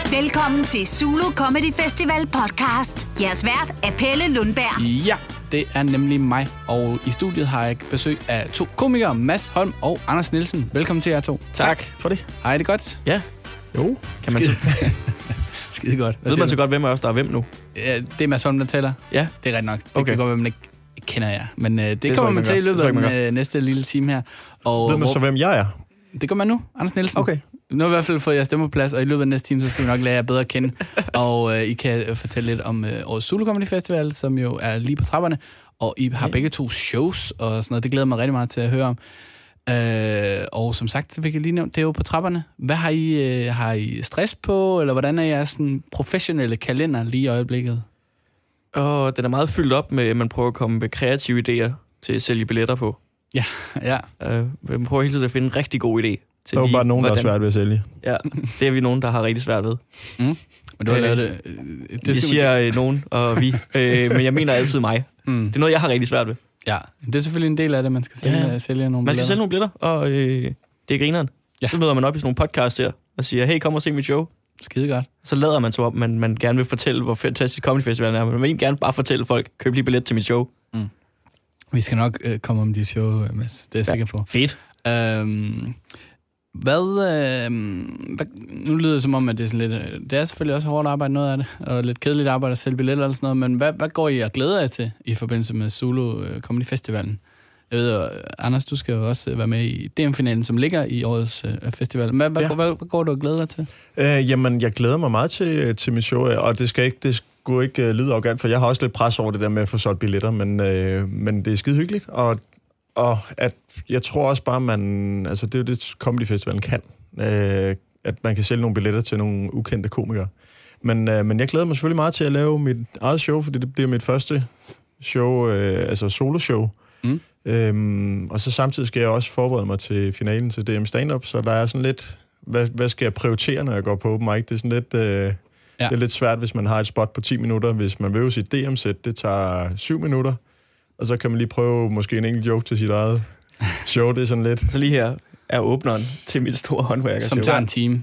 Velkommen til Zulu Comedy Festival podcast. Jeres vært er Pelle Lundberg. Ja, det er nemlig mig. Og i studiet har jeg besøg af 2 komikere, Mads Holm og Anders Nielsen. Velkommen til jer 2. Tak for det. Hej, det godt? Ja. Jo. Kan man Skide godt. Ved man så godt, hvem af os, der er hvem nu? Ja, det er Mads Holm, der tæller. Ja. Det er rigtigt nok. Det okay. kan godt være, man ikke kender jer. Men det kommer man til i løbet af den næste lille time her. Og ved man så, hvem jeg er? Det gør man nu, Anders Nielsen. Okay. Nu har vi i hvert fald fået jeres stemme på plads, og i løbet af næste time, så skal vi nok lære jer bedre at kende. Og I kan fortælle lidt om årets Zulu Comedy Festival, som jo er lige på trapperne. Og I har begge 2 shows og sådan noget. Det glæder mig rigtig meget til at høre om. Og som sagt, så fik jeg lige nævnt, det er jo på trapperne. Hvad har I stress på, eller hvordan er jeres sådan professionelle kalender lige i øjeblikket? Den er meget fyldt op med, at man prøver at komme med kreative idéer til at sælge billetter på. Ja. Man prøver hele tiden at finde en rigtig god idé. Der er jo bare nogen, der er svært ved at sælge. Ja, det er vi nogen, der har rigtig svært ved. Men du har lavet det. Det siger nogen og vi, men jeg mener altid mig. Det er noget, jeg har rigtig svært ved. Ja, det er selvfølgelig en del af det, man skal sælge nogle billetter. Man skal sælge nogle billetter, og det er grineren. Ja. Så møder man op i sådan nogle podcasts her og siger, hey, kom og se mit show. Skide godt. Så lader man så op, man gerne vil fortælle, hvor fantastisk Comedy Festivalen er. Man vil gerne bare fortælle folk, køb lige billet til mit show. Vi skal nok komme om de show, Mads. Det er jeg sikker på. Fedt. Nu lyder det som om, at det er sådan lidt... Det er selvfølgelig også hårdt arbejde, noget af det, og lidt kedeligt arbejde at sælge billetter og sådan noget, men hvad går I og glæder jer til i forbindelse med Zulu Comedy Festivalen? Jeg ved, Anders, du skal jo også være med i DM-finalen, som ligger i årets festival. Hvad går du og glæder dig til? Jamen, jeg glæder mig meget til mit show, og det skulle ikke lyde arrogant, for jeg har også lidt pres over det der med at få solgt billetter, men det er skide hyggeligt, og at jeg tror også bare, det er jo det, Comedy Festivalen kan, at man kan sælge nogle billetter til nogle ukendte komikere. Men jeg glæder mig selvfølgelig meget til at lave mit eget show, fordi det bliver mit første show, altså soloshow. Og så samtidig skal jeg også forberede mig til finalen til DM Stand-Up, så der er sådan lidt, hvad skal jeg prioritere, når jeg går på open mic? Det er sådan lidt, det er lidt svært, hvis man har et spot på 10 minutter. Hvis man vil jo sit DM-sæt, det tager 7 minutter. Og så kan man lige prøve måske en enkelt joke til sit eget show. Det er sådan lidt... Så lige her er åbneren til mit store håndværker. Som tager en time.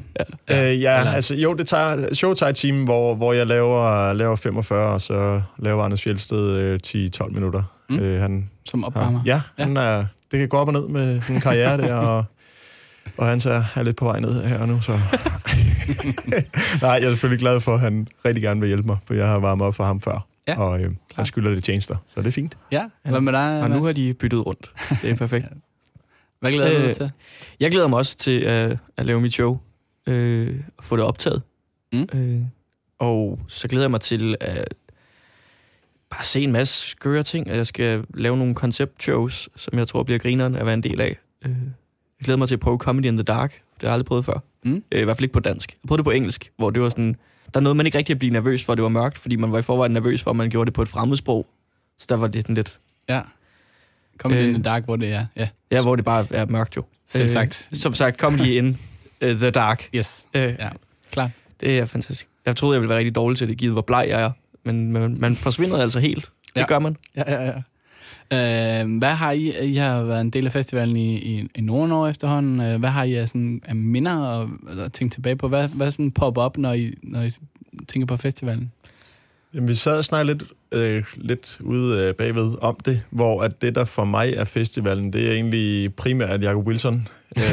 Show tager en time, hvor jeg laver 45, og så laver Anders Fjeldsted 10-12 minutter. Han som opvarmer. Ja. Det kan gå op og ned med en karriere der, og han så er lidt på vej ned her nu, så... Nej, jeg er selvfølgelig glad for, at han rigtig gerne vil hjælpe mig, for jeg har varmet op for ham før. Ja, og han skylder det tjenester, så det er fint. Ja, hvad med dig? Og nu har de byttet rundt. Det er perfekt. Hvad glæder du dig til? Jeg glæder mig også til at lave mit show, og få det optaget. Og så glæder jeg mig til at bare se en masse skøre ting, at jeg skal lave nogle konceptshows, som jeg tror bliver grineren at være en del af. Jeg glæder mig til at prøve Comedy in the Dark. Det har jeg aldrig prøvet før. I hvert fald ikke på dansk. Jeg prøvede det på engelsk, hvor det var sådan... Der er noget, man ikke rigtig at blive nervøs for, det var mørkt, fordi man var i forvejen nervøs for, at man gjorde det på et fremmedsprog. Så der var det sådan lidt... Ja. Comedy in the Dark, hvor det er... Ja, hvor det bare er mørkt jo. Selvsagt. Som sagt, Comedy in the Dark. Yes. Ja, klar. Det er fantastisk. Jeg troede, jeg ville være rigtig dårlig til det, givet hvor bleg jeg er. Men man forsvinder altså helt. Det gør man. Ja. Hvad har I har været en del af festivalen i nogle år efterhånden. Hvad har I af sådan af minder og tænkt tilbage på? Hvad sådan popper op, når I tænker på festivalen? Jamen, vi sad og snakkede lidt ude bagved om det, hvor at det, der for mig er festivalen, det er egentlig primært Jacob Wilson.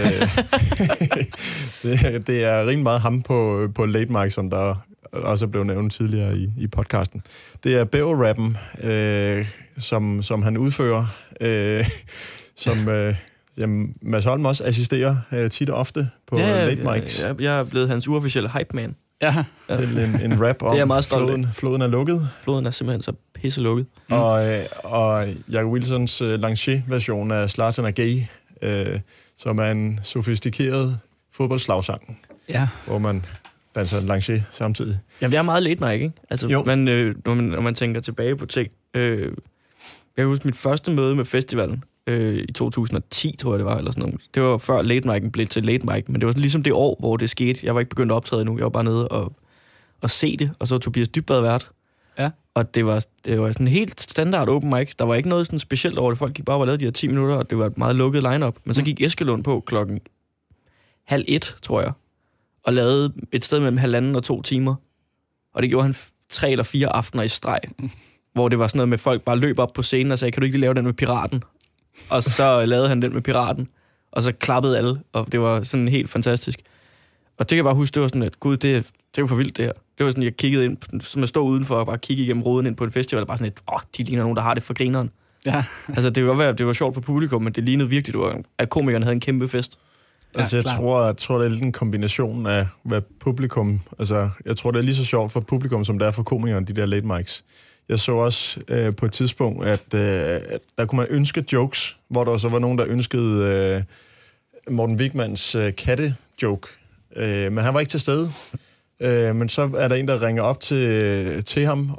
det er rimelig meget ham på Late Mic, som der også blev nævnt tidligere i podcasten. Det er bæverrappen, som han udfører, som Mads Holm også assisterer tit og ofte på Late Mics. Jeg er blevet hans uofficielle hype man. Ja. Til en rap om, det er meget stolt. Floden er lukket. Floden er simpelthen så pisse lukket. Og Jacob Wilsons Lancier-version af Slatern er gay, som er en sofistikeret fodboldslagsang, hvor man danser Lancier samtidig. Jamen, jeg er meget late mic, ikke? Altså, når man tænker tilbage på ting. Jeg kan huske mit første møde med festivalen i 2010, tror jeg det var, eller sådan noget. Det var før late mic'en blev til late mic, men det var ligesom det år, hvor det skete. Jeg var ikke begyndt at optræde endnu. Jeg var bare nede og se det, og så var Tobias Dybvad vært. Ja. Og det var sådan helt standard open mic. Der var ikke noget sådan specielt over det. Folk gik bare og lavede de her 10 minutter, og det var et meget lukket line-up. Men så gik Eskelund på 12:30, tror jeg. og lavede et sted mellem 1,5 og 2 timer. Og det gjorde han 3 eller 4 aftener i streg, hvor det var sådan noget med, folk bare løb op på scenen og sagde, kan du ikke lige lave den med piraten? Og så lavede han den med piraten, og så klappede alle, og det var sådan helt fantastisk. Og det kan jeg bare huske, det var sådan, at gud, det er jo for vildt det her. Det var sådan, jeg kiggede ind, som jeg stod udenfor og bare kiggede igennem ruden ind på en festival, og bare sådan et, de ligner nogen, der har det for grineren. Ja. Altså, det var det var sjovt for publikum, men det lignede virkelig, at komikerne havde en kæmpe fest. Ja, altså, jeg tror, det er lidt en kombination af, hvad publikum... Altså, jeg tror, det er lige så sjovt for publikum, som det er for komikerne, de der late mics. Jeg så også på et tidspunkt, at der kunne man ønske jokes, hvor der så var nogen, der ønskede Morten Wigmans katte-joke. Men han var ikke til stede. Men så er der en, der ringer op til ham,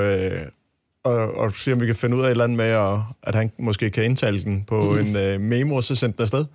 og siger, om vi kan finde ud af et eller andet med, at han måske kan indtale den på en memo, og så sende den afsted.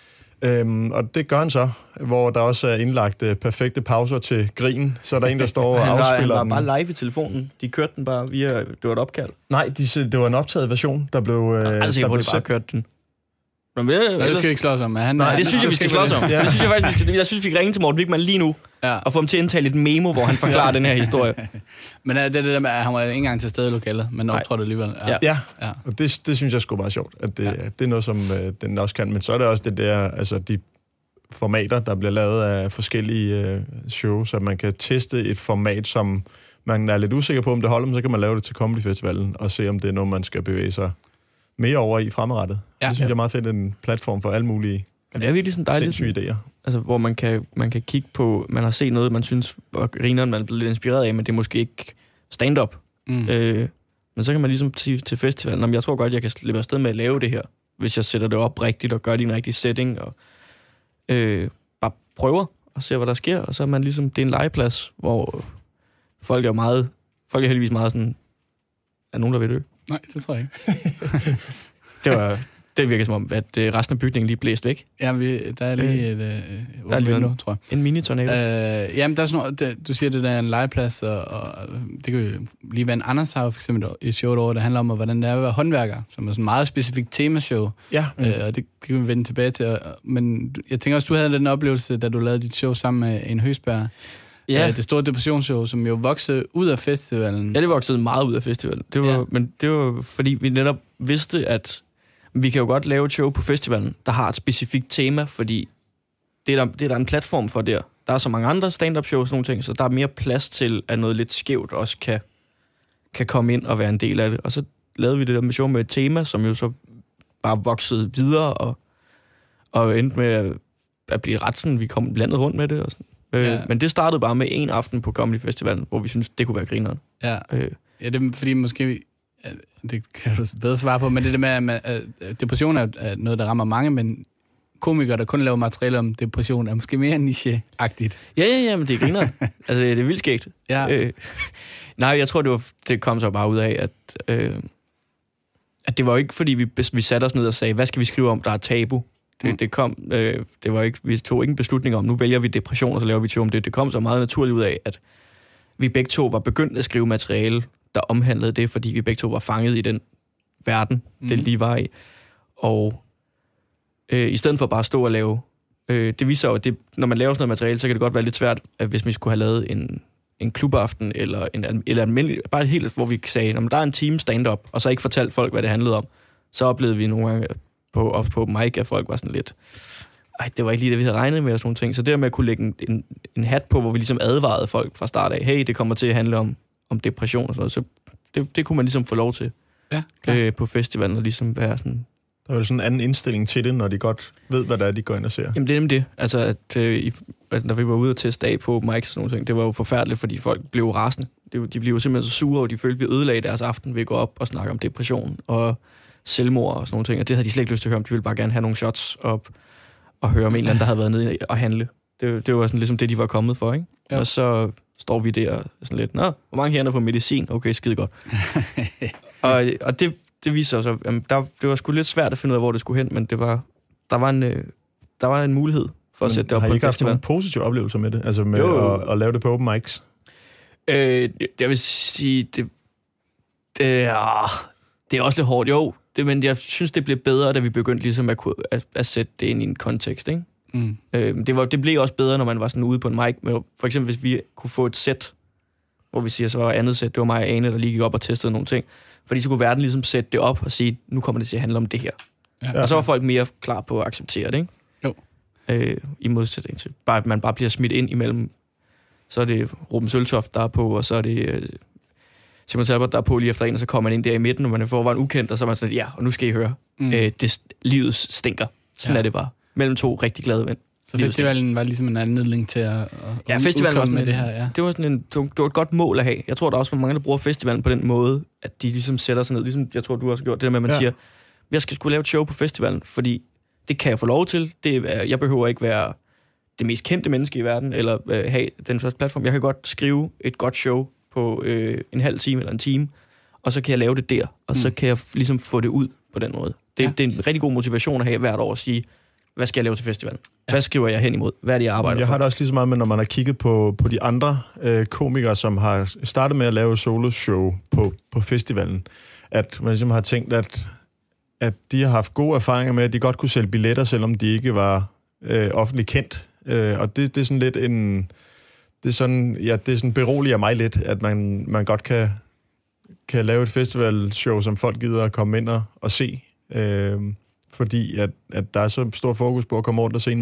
Og det gør han så, hvor der også er indlagt perfekte pauser til grin, så er der en, der står og afspiller den. Han var bare live i telefonen. De kørte den bare via... Det var et opkald. Nej, det var en optaget version, der blev... Altså, jeg bare kørte den. Men det skal vi ikke slås om. Nej, det synes jeg, vi skal slås om. Det synes jeg faktisk, jeg synes, vi skal ringe til Morten Wigman lige nu, og få ham til at indtale et memo, hvor han forklarer den her historie. Men det der med, at han var ikke engang til stede i lokalet, men optrådte alligevel. Ja. Og det synes jeg sgu meget sjovt, at det er noget, som den også kan. Men så er det også det der, altså de formater, der bliver lavet af forskellige shows, så man kan teste et format, som man er lidt usikker på, om det holder, men så kan man lave det til Comedy Festivalen, og se, om det er noget, man skal bevæge sig mere over i fremadrettet. Det synes jeg er meget fedt, en platform for alle mulige det er virkelig sådan dejligt idéer. Altså, hvor man kan kigge på, man har set noget, man synes var grineren, man er blevet lidt inspireret af, men det er måske ikke stand-up. Men så kan man ligesom til festivalen, jamen, jeg tror godt, jeg kan slippe afsted med at lave det her, hvis jeg sætter det op rigtigt og gør det i en rigtig setting, og bare prøver og ser, hvad der sker, og så er man ligesom, det er en legeplads, hvor folk er heldigvis meget sådan, er nogen, der vil dø? Nej, det tror jeg ikke. Det virker som om, at resten af bygningen lige blæst væk. Ja, der er lige et vindue, tror jeg. En mini-tornado. Jamen, der er sådan noget, du siger, det der er en legeplads, og det kan jo lige være en Anders har jo for eksempel i showet over, der handler om, hvordan det er at være håndværker, som er sådan et meget specifikt temashow. Ja. Og det kan vi vende tilbage til. Men jeg tænker også, du havde den oplevelse, da du lavede dit show sammen med en Høsberg. Ja. Det store depressionsshow, som jo voksede ud af festivalen. Ja, det voksede meget ud af festivalen. Men det var, fordi vi netop vidste, at vi kan jo godt lave et show på festivalen, der har et specifikt tema, fordi det er der en platform for der. Der er så mange andre stand-up shows og sådan nogle ting, så der er mere plads til, at noget lidt skævt også kan komme ind og være en del af det. Og så lavede vi det der med show med et tema, som jo så bare voksede videre, og endte med at blive ret sådan, vi kom landet rundt med det og sådan. Men det startede bare med en aften på Comedy Festivalen, hvor vi synes det kunne være grineren. Ja, det er fordi måske... Det kan du bedre svare på, men det der med, at depression er noget, der rammer mange, men komikere, der kun laver materiale om depression, er måske mere niche-agtigt. Ja, men det er grineren. Altså, det er vildt skægt. Ja. Nej, jeg tror, det kom så bare ud af, at det var ikke, fordi vi satte os ned og sagde, hvad skal vi skrive om, der er tabu? Det var ikke, vi tog ikke en beslutning om, nu vælger vi depression, og så laver vi et show om det. Det kom så meget naturligt ud af, at vi begge to var begyndt at skrive materiale, der omhandlede det, fordi vi begge to var fanget i den verden, det lige var i. Og i stedet for bare at stå og lave... det viser jo, at når man laver sådan noget materiale, så kan det godt være lidt svært, at hvis vi skulle have lavet en klubaften, eller almindelig, bare helt, hvor vi sagde, når der er en time stand-up, og så ikke fortalt folk, hvad det handlede om, så oplevede vi nogle gange på mic, at folk var sådan lidt... det var ikke lige det, vi havde regnet med og sådan nogle ting. Så det der med at kunne lægge en hat på, hvor vi ligesom advarede folk fra start af, hey, det kommer til at handle om depression og sådan noget, så det kunne man ligesom få lov til på festivalen, og ligesom være sådan... Der er jo sådan en anden indstilling til det, når de godt ved, hvad det er, de går ind og ser. Jamen det er nemlig det. Altså, at når vi var ude og teste af på mics og sådan noget, det var jo forfærdeligt, fordi folk blev rasende. De blev jo simpelthen så sure, og de følte, at vi ødelagde deres aften ved at gå op og snakke om depression og selvmord og sådan nogle ting. Og det havde de slet ikke lyst til at høre om. De ville bare gerne have nogle shots op og høre om en eller anden, der havde været nede og handle. Det var sådan ligesom det, de var kommet for, ikke? Ja. Og så står vi der sådan lidt, hvor mange hænder på medicin? Okay, skide godt. og det viser sig, at det var sgu lidt svært at finde ud af, hvor det skulle hen, men der var en mulighed for at sætte det op på en festival. Har I ikke haft nogle positive oplevelser med det? Altså med at lave det på open mics? Jeg vil sige, det er også lidt hårdt. Jo, men jeg synes, det blev bedre, da vi begyndte ligesom at sætte det ind i en kontekst, ikke? Det blev også bedre, når man var sådan ude på en mic. Men for eksempel, hvis vi kunne få et sæt, hvor vi siger, så var andet sæt, det var mig og Ane, der lige gik op og testede nogle ting. Fordi så kunne verden ligesom sætte det op og sige, nu kommer det til at handle om det her. Ja. Og så var folk mere klar på at acceptere det, ikke? Jo. I modsætning til, at man bare bliver smidt ind imellem. Så er det Ruben Søltoft, der er på, og så er det Simon Talbot, der er på lige efter en, og så kommer man ind der i midten, og man får en ukendt, og så er man sådan, ja, og nu skal I høre. Livet stinker. Sådan er det bare. Mellem to rigtig glade mænd. Så festivalen var ligesom en anledning til at festivalen var med det her, ja. Det var et godt mål at have. Jeg tror, der er også mange, der bruger festivalen på den måde, at de ligesom sætter sig ned, ligesom jeg tror, du også har gjort det der med, at man siger, jeg skal sgu lave et show på festivalen, fordi det kan jeg få lov til. Jeg behøver ikke være det mest kendte menneske i verden, eller have den første platform. Jeg kan godt skrive et godt show på en halv time eller en time, og så kan jeg lave det der, og så kan jeg ligesom få det ud på den måde. Det er en rigtig god motivation at have hvert år at sige, hvad skal jeg lave til festivalen? Hvad skriver jeg hen imod? Hvad er det, jeg arbejder for? Jeg har det også lige så meget med, når man har kigget på de andre komikere, som har startet med at lave soloshow på festivalen, at man ligesom har tænkt, at de har haft gode erfaringer med, at de godt kunne sælge billetter, selvom de ikke var offentligt kendt. Og det er sådan lidt en... Det er sådan beroliger mig lidt, at man godt kan lave et festivalshow, som folk gider at komme ind og se. Fordi at der er så stor fokus på at komme rundt og se en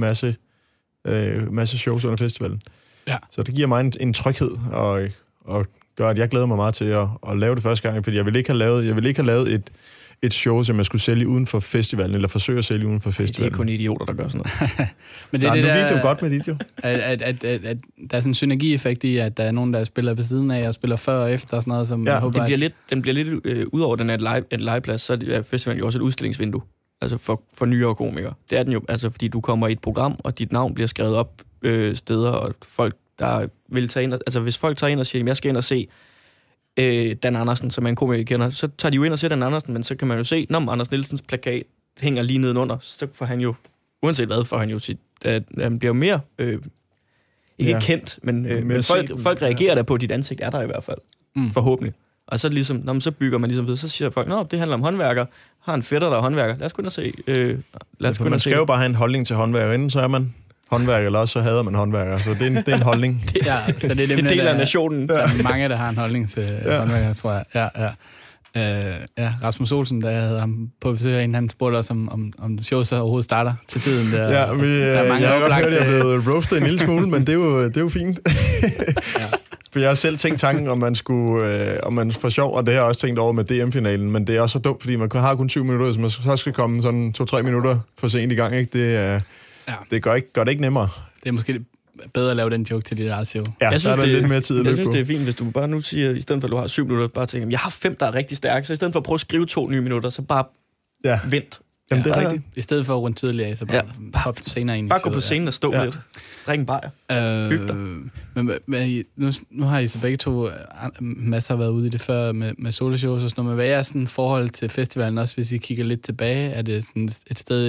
masse shows under festivalen. Ja. Så det giver mig en tryghed og gør, at jeg glæder mig meget til at lave det første gang, fordi jeg vil ikke have lavet et show, som jeg skulle sælge uden for festivalen, eller forsøge at sælge uden for festivalen. Det er kun idioter, der gør sådan noget. Men det er det godt med dit, jo. At der er sådan en synergieffekt i, at der er nogen, der spiller ved siden af, og spiller før og efter og sådan noget, som håber, den bliver lidt ud over den er et legeplads, så er festivalen jo også et udstillingsvindue. Altså for nyere komikere. Det er den jo, altså fordi du kommer i et program, og dit navn bliver skrevet op steder, og folk, der vil tage ind, altså hvis folk tager ind og siger, jeg skal ind og se Dan Andersen, som er en komiker, kender, så tager de jo ind og ser Dan Andersen, men så kan man jo se, når Anders Nielsens plakat hænger lige nedenunder, så får han jo, uanset hvad, får han jo sit, han bliver jo mere, ikke kendt, men folk reagerer der på, at dit ansigt er der i hvert fald. Forhåbentlig. Og så ligesom, så bygger man ligesom ved, så siger folk, det handler om håndværker, har en fætter, der er håndværker, lad os gå ind og se. Man skal jo bare have en holdning til håndværker, inden så er man håndværker, eller også så hader man håndværker. Så det er en holdning. Så det er en del af nationen. Der er mange, der har en holdning til håndværker, tror jeg. Rasmus Olsen, der havde ham på besøg, inden han spurgte os, om shows overhovedet starter til tiden. Der er mange jeg har godt hørt, at jeg er blevet roastet en lille smule, men det er jo fint. For jeg har selv tænkt tanken, om man får sjov, og det har jeg også tænkt over med DM-finalen, men det er også så dumt, fordi man har kun 20 minutter, så man så skal komme sådan 2-3 minutter for sent i gang, ikke? Det gør det ikke nemmere. Det er måske bedre at lave den joke til dit eget show. Ja, jeg synes, lidt mere tid at løbe på. Jeg synes, det er fint, hvis du bare nu siger, i stedet for at du har 7 minutter, bare tænker, jeg har 5, der er rigtig stærke, så i stedet for at prøve at skrive 2 nye minutter, så bare vent. Jamen, det er rigtigt. I stedet for at runde tidligere af, så bare hop senere ind i bare gå på scenen og stå lidt. Drik en bajer. Men nu har I så begge to, masser har været ude i det før med soloshows og sådan noget, men hvad er sådan forhold til festivalen også, hvis I kigger lidt tilbage? Er det sådan et sted,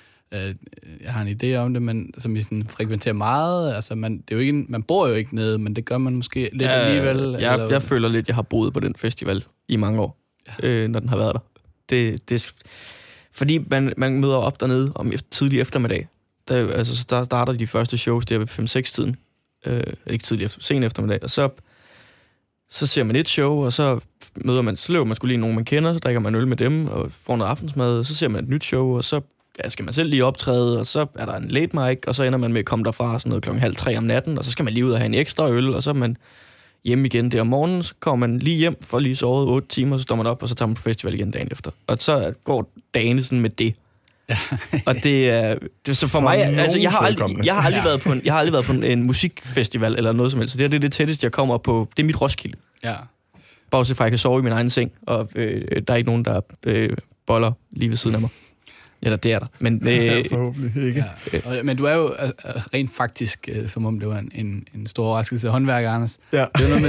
jeg har en idé om det, men som I sådan frekventerer meget? Altså, man bor jo ikke nede, men det gør man måske lidt alligevel? Jeg føler lidt, jeg har boet på den festival i mange år, når den har været der. Fordi man møder op dernede om tidlig eftermiddag. Der starter de første shows der ved 5-6-tiden. Ikke tidlig efter, sen eftermiddag. Og så ser man et show, og så løber man skulle lige nogen, man kender, så drikker man øl med dem, og får noget aftensmad, og så ser man et nyt show, og så skal man selv lige optræde, og så er der en late mic, og så ender man med at komme derfra sådan noget 2:30 om natten, og så skal man lige ud og have en ekstra øl, og så er man hjemme igen der om morgenen, så kommer man lige hjem for lige sovet 8 timer, så står man op, og så tager man på festival igen dagen efter. Og så går dagene sådan med det. Og det er så for mig, altså jeg har aldrig været på en musikfestival eller noget som helst. Så det er det tætteste jeg kommer på. Det er mit Roskilde. Ja. Bare så jeg kan sove i min egen seng, og der er ikke nogen der boller lige ved siden af mig. Eller det er der. Men forhåbentlig ikke. Ja. Men du er jo rent faktisk, som om det var en stor overraskelse, håndværker, Anders. Ja. Det er noget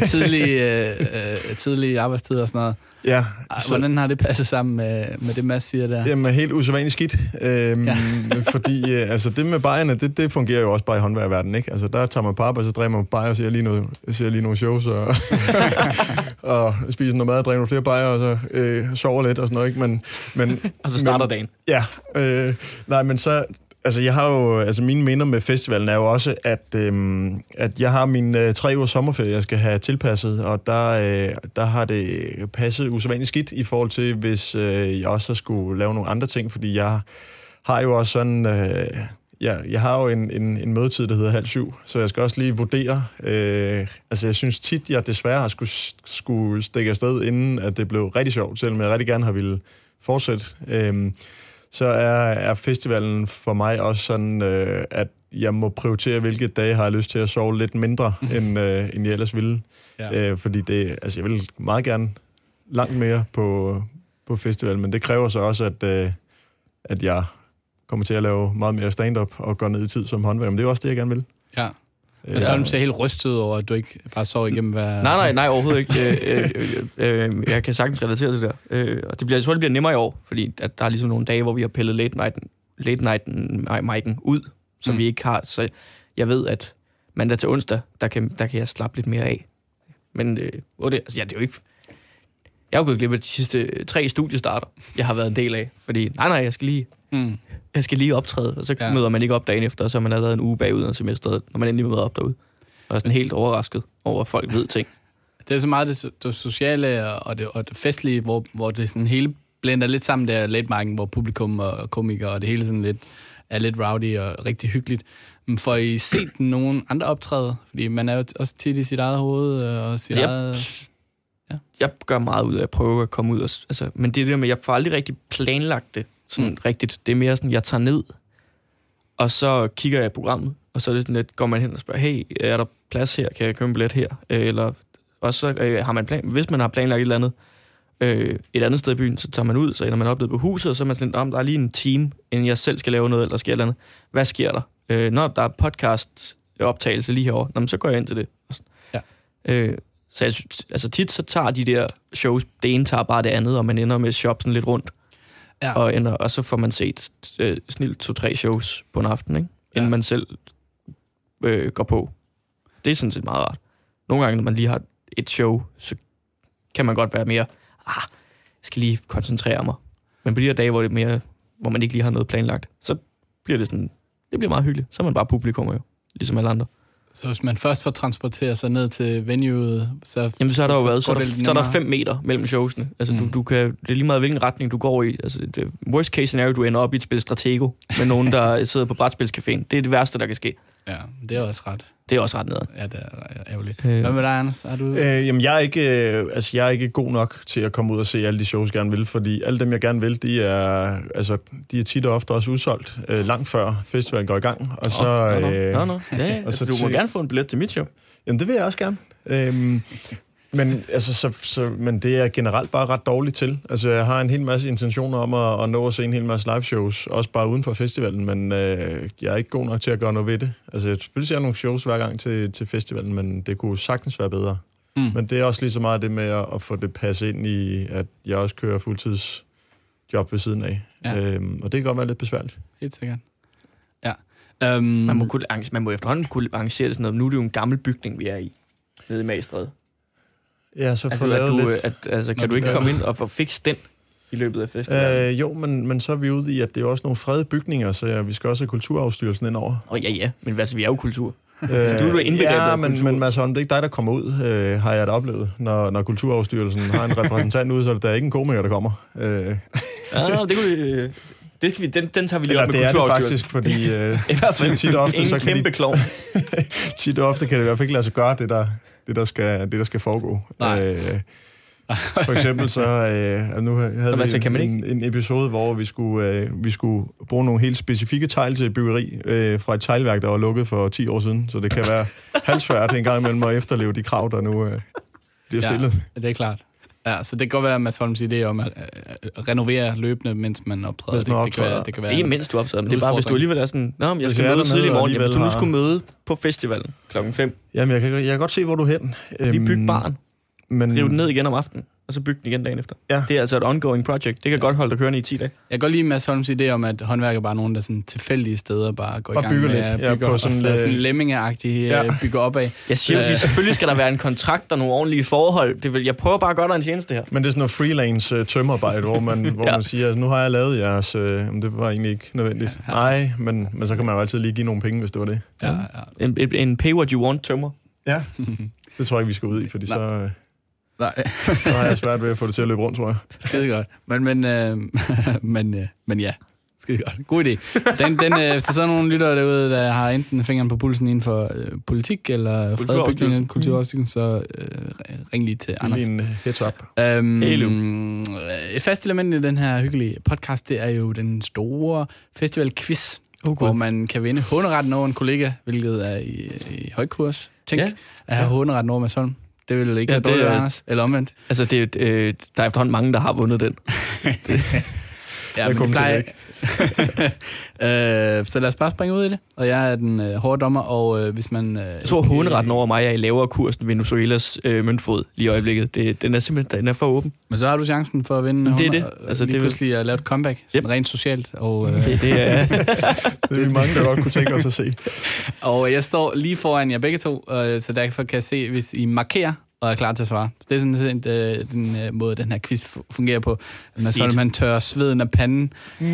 med tidlige arbejdstider og sådan noget. Ja. Hvordan har det passet sammen med det, Mads siger der? Jamen, helt usædvanligt skidt. Fordi altså, det med bajerne, det fungerer jo også bare i håndværkerverdenen, ikke? Altså, der tager man på arbejde, så drejer man bajer og ser lige nogle shows, og spiser noget mad og drikker nogle flere bajer, og så sover lidt og sådan noget, ikke? Men og så starter dagen. Ja. Nej, men så Altså, jeg har jo, altså mine minder med festivalen er jo også, at jeg har min 3 ugers sommerferie, jeg skal have tilpasset, og der har det passet usædvanligt skidt i forhold til, hvis jeg også skulle lave nogle andre ting, fordi jeg har jo også sådan, jeg har jo en mødetid, der hedder 6:30, så jeg skal også lige vurdere. Altså, jeg synes tit, jeg desværre har skulle stikke afsted, inden at det blev rigtig sjovt, selvom jeg rigtig gerne har ville fortsætte. Så er festivalen for mig også sådan, at jeg må prioritere, hvilke dage har jeg lyst til at sove lidt mindre, end jeg ellers ville. Ja. Fordi jeg vil meget gerne langt mere på festivalen, men det kræver så også, at jeg kommer til at lave meget mere stand-up og gå ned i tid som håndværker. Men det er også det, jeg gerne vil. Ja. Men så er du så helt rystet over, at du ikke bare sover igennem hver... Nej, overhovedet ikke. Jeg kan sagtens relatere til det der. Og jeg tror, det bliver nemmere i år, fordi at der er ligesom nogle dage, hvor vi har pillet late nighten ud, som vi ikke har. Så jeg ved, at mandag til onsdag, der kan jeg slappe lidt mere af. Men det er jo ikke... Jeg har jo gået glip af de sidste 3 studiestarter, jeg har været en del af. Fordi, jeg skal lige optræde, og så møder man ikke op dagen efter, og så er man allerede en uge bagud af semesteret, når man endelig møder op derude. Og jeg er sådan helt overrasket over, at folk ved ting. Det er så meget det sociale og det festlige, hvor det sådan hele blender lidt sammen der late marken, hvor publikum og komikere og det hele sådan er lidt rowdy og rigtig hyggeligt. Men får I set nogen andre optræde? Fordi man er jo også tit i sit eget hoved og sit eget... Jeg gør meget ud af at prøve at komme ud. Men det der med, jeg får aldrig rigtig planlagt det sådan rigtigt. Det er mere sådan, jeg tager ned, og så kigger jeg i programmet, og så er det sådan lidt, går man hen og spørger, hey, er der plads her? Kan jeg købe en billet her? Eller, og så har man hvis man har planlagt et eller andet, et andet sted i byen, så tager man ud, så ender man op på huset, og så er man sådan, der er lige en time, inden jeg selv skal lave noget, eller sker et eller andet. Hvad sker der? Når der er podcast-optagelse lige herovre, så går jeg ind til det. Ja. Så jeg synes, tit så tager de der shows, det ene tager bare det andet, og man ender med at shoppe sådan lidt rundt. Ja. Og så får man set snilt 2-3 shows på en aften, ikke? Inden man selv går på. Det er sådan set meget rart. Nogle gange, når man lige har et show, så kan man godt være mere, jeg skal lige koncentrere mig. Men på de her dage, hvor man ikke lige har noget planlagt, så bliver det sådan, det bliver meget hyggeligt. Så er man bare publikum jo, ligesom alle andre. Så hvis man først får transporteret sig ned til venueet, så har der jo været, så er der 5 meter mellem showsene. Altså, du kan, det er lige meget, hvilken retning du går i. Altså, det worst case scenario, du ender op i et spil Stratego med nogen, der sidder på brætspilscaféen. Det er det værste, der kan ske. Ja, det er også ret. Det er også ret nederen. Ja, det er ærgerligt. Hvad med dig, Anders? Er du... Jamen, jeg er ikke god nok til at komme ud og se alle de shows, jeg gerne vil, fordi alle dem, jeg gerne vil, de er tit og ofte også udsolgt langt før festivalen går i gang. Og så, Ja, og så du må gerne få en billet til mit show. Jamen, det vil jeg også gerne. Men det er generelt bare ret dårligt til. Altså, jeg har en hel masse intentioner om at nå at se en hel masse live shows, også bare uden for festivalen, men jeg er ikke god nok til at gøre noget ved det. Altså, jeg selvfølgelig ser nogle shows hver gang til festivalen, men det kunne sagtens være bedre. Men det er også lige så meget det med at få det passet ind i, at jeg også kører fuldtidsjob ved siden af. Ja. Og det kan godt være lidt besværligt. Helt sikkert. Ja. Man må efterhånden kunne arrangere det sådan noget. Nu er det jo en gammel bygning, vi er i, nede i Magstræde. Ja, så få lavet lidt. Kan du ikke komme ind og få fikse den i løbet af festivalen? Jo, men så er vi ude i, at det er også nogle fredede bygninger, så vi skal også have Kulturarvsstyrelsen ind over. Ja, men vi er jo kultur. Du er jo indbegrebet men Mads Holm, det er ikke dig, der kommer ud, har jeg da oplevet. Når Kulturarvsstyrelsen har en repræsentant ude, så er der ikke en komiker, der kommer. Det kunne vi... Den tager vi lige op med Kulturarvsstyrelsen. Det er det faktisk, fordi i hvert fald tit og ofte, så kan kæmpe klovn. Tit og ofte kan det i hvert fald ikke lade sig gøre, det der skal foregå. For eksempel så nu havde vi en episode, hvor vi skulle bruge nogle helt specifikke tegl til byggeri fra et teglværk, der var lukket for 10 år siden. Så det kan være halvsvært en gang imellem at efterleve de krav, der nu bliver stillet. Ja, det er klart. Ja, så det kan godt være, at Mads Holms idé om at renovere løbende, mens man optræder. Det kan være ikke mens du optræder, men det er bare, hvis du alligevel er sådan, jeg skal møde tidlig i morgen. Hvis du nu skulle møde på festivalen 5:00. Jamen, jeg kan godt se, hvor du er hen. Lige bygge baren. Rive den ned igen om aftenen. og så bygge den igen dagen efter. Ja. Det er altså et ongoing project. Det kan godt holde dig kørende i 10 dage. Jeg kan godt lide Mads Holms idé om, at håndværk er bare nogen, der sådan tilfældige steder bare går i gang med at bygge på og sådan lemmingeagtigt bygger opad. Jeg siger jo, selvfølgelig skal der være en kontrakt og nogle ordentlige forhold. Jeg prøver bare at gøre dig en tjeneste her. Men det er sådan noget freelance tømmerarbejde, hvor man siger, altså, nu har jeg lavet jeres... det var egentlig ikke nødvendigt. Ja. Nej, men så kan man jo altid lige give nogle penge, hvis det var det. Ja. En pay what you want tømmer. Ja, det tror jeg ikke, vi skal ud i, fordi Nej. så har jeg svært ved at få det til at løbe rundt, tror jeg. Skide godt. Men ja, skide godt. God idé. Hvis der så er nogle lyttere derude, der har enten fingeren på pulsen inden for politik eller fredbygning, kulturafstilling, så ring lige til Anders. Lige en heads up. Et fast element i den her hyggelige podcast, det er jo den store festivalquiz, hvor man kan vinde håneretten over en kollega, hvilket er i højkurs. Tænk at have håneretten over Mads Holm. Det vil ikke være dårligt, Anders. Eller omvendt. Altså, der er efterhånden mange, der har vundet den. Ja, men det plejer ikke. Så lad os bare springe ud i det. Og jeg er den hårde dommer, og hvis man... Jeg tror, håneretten over mig er i lavere kurs end Venezuelas møntfod lige i øjeblikket. Den er simpelthen for åben. Men så har du chancen for at vinde. Det er det. Altså, lige pludselig at lave et comeback. Rent socialt. Og, det er vi mange, der godt kunne tænke os at se. Og jeg står lige foran jer begge to, så derfor kan jeg se, hvis I markerer og er klar til at svare. Så det er sådan den måde, den her quiz fungerer på. Man tørrer sveden af panden.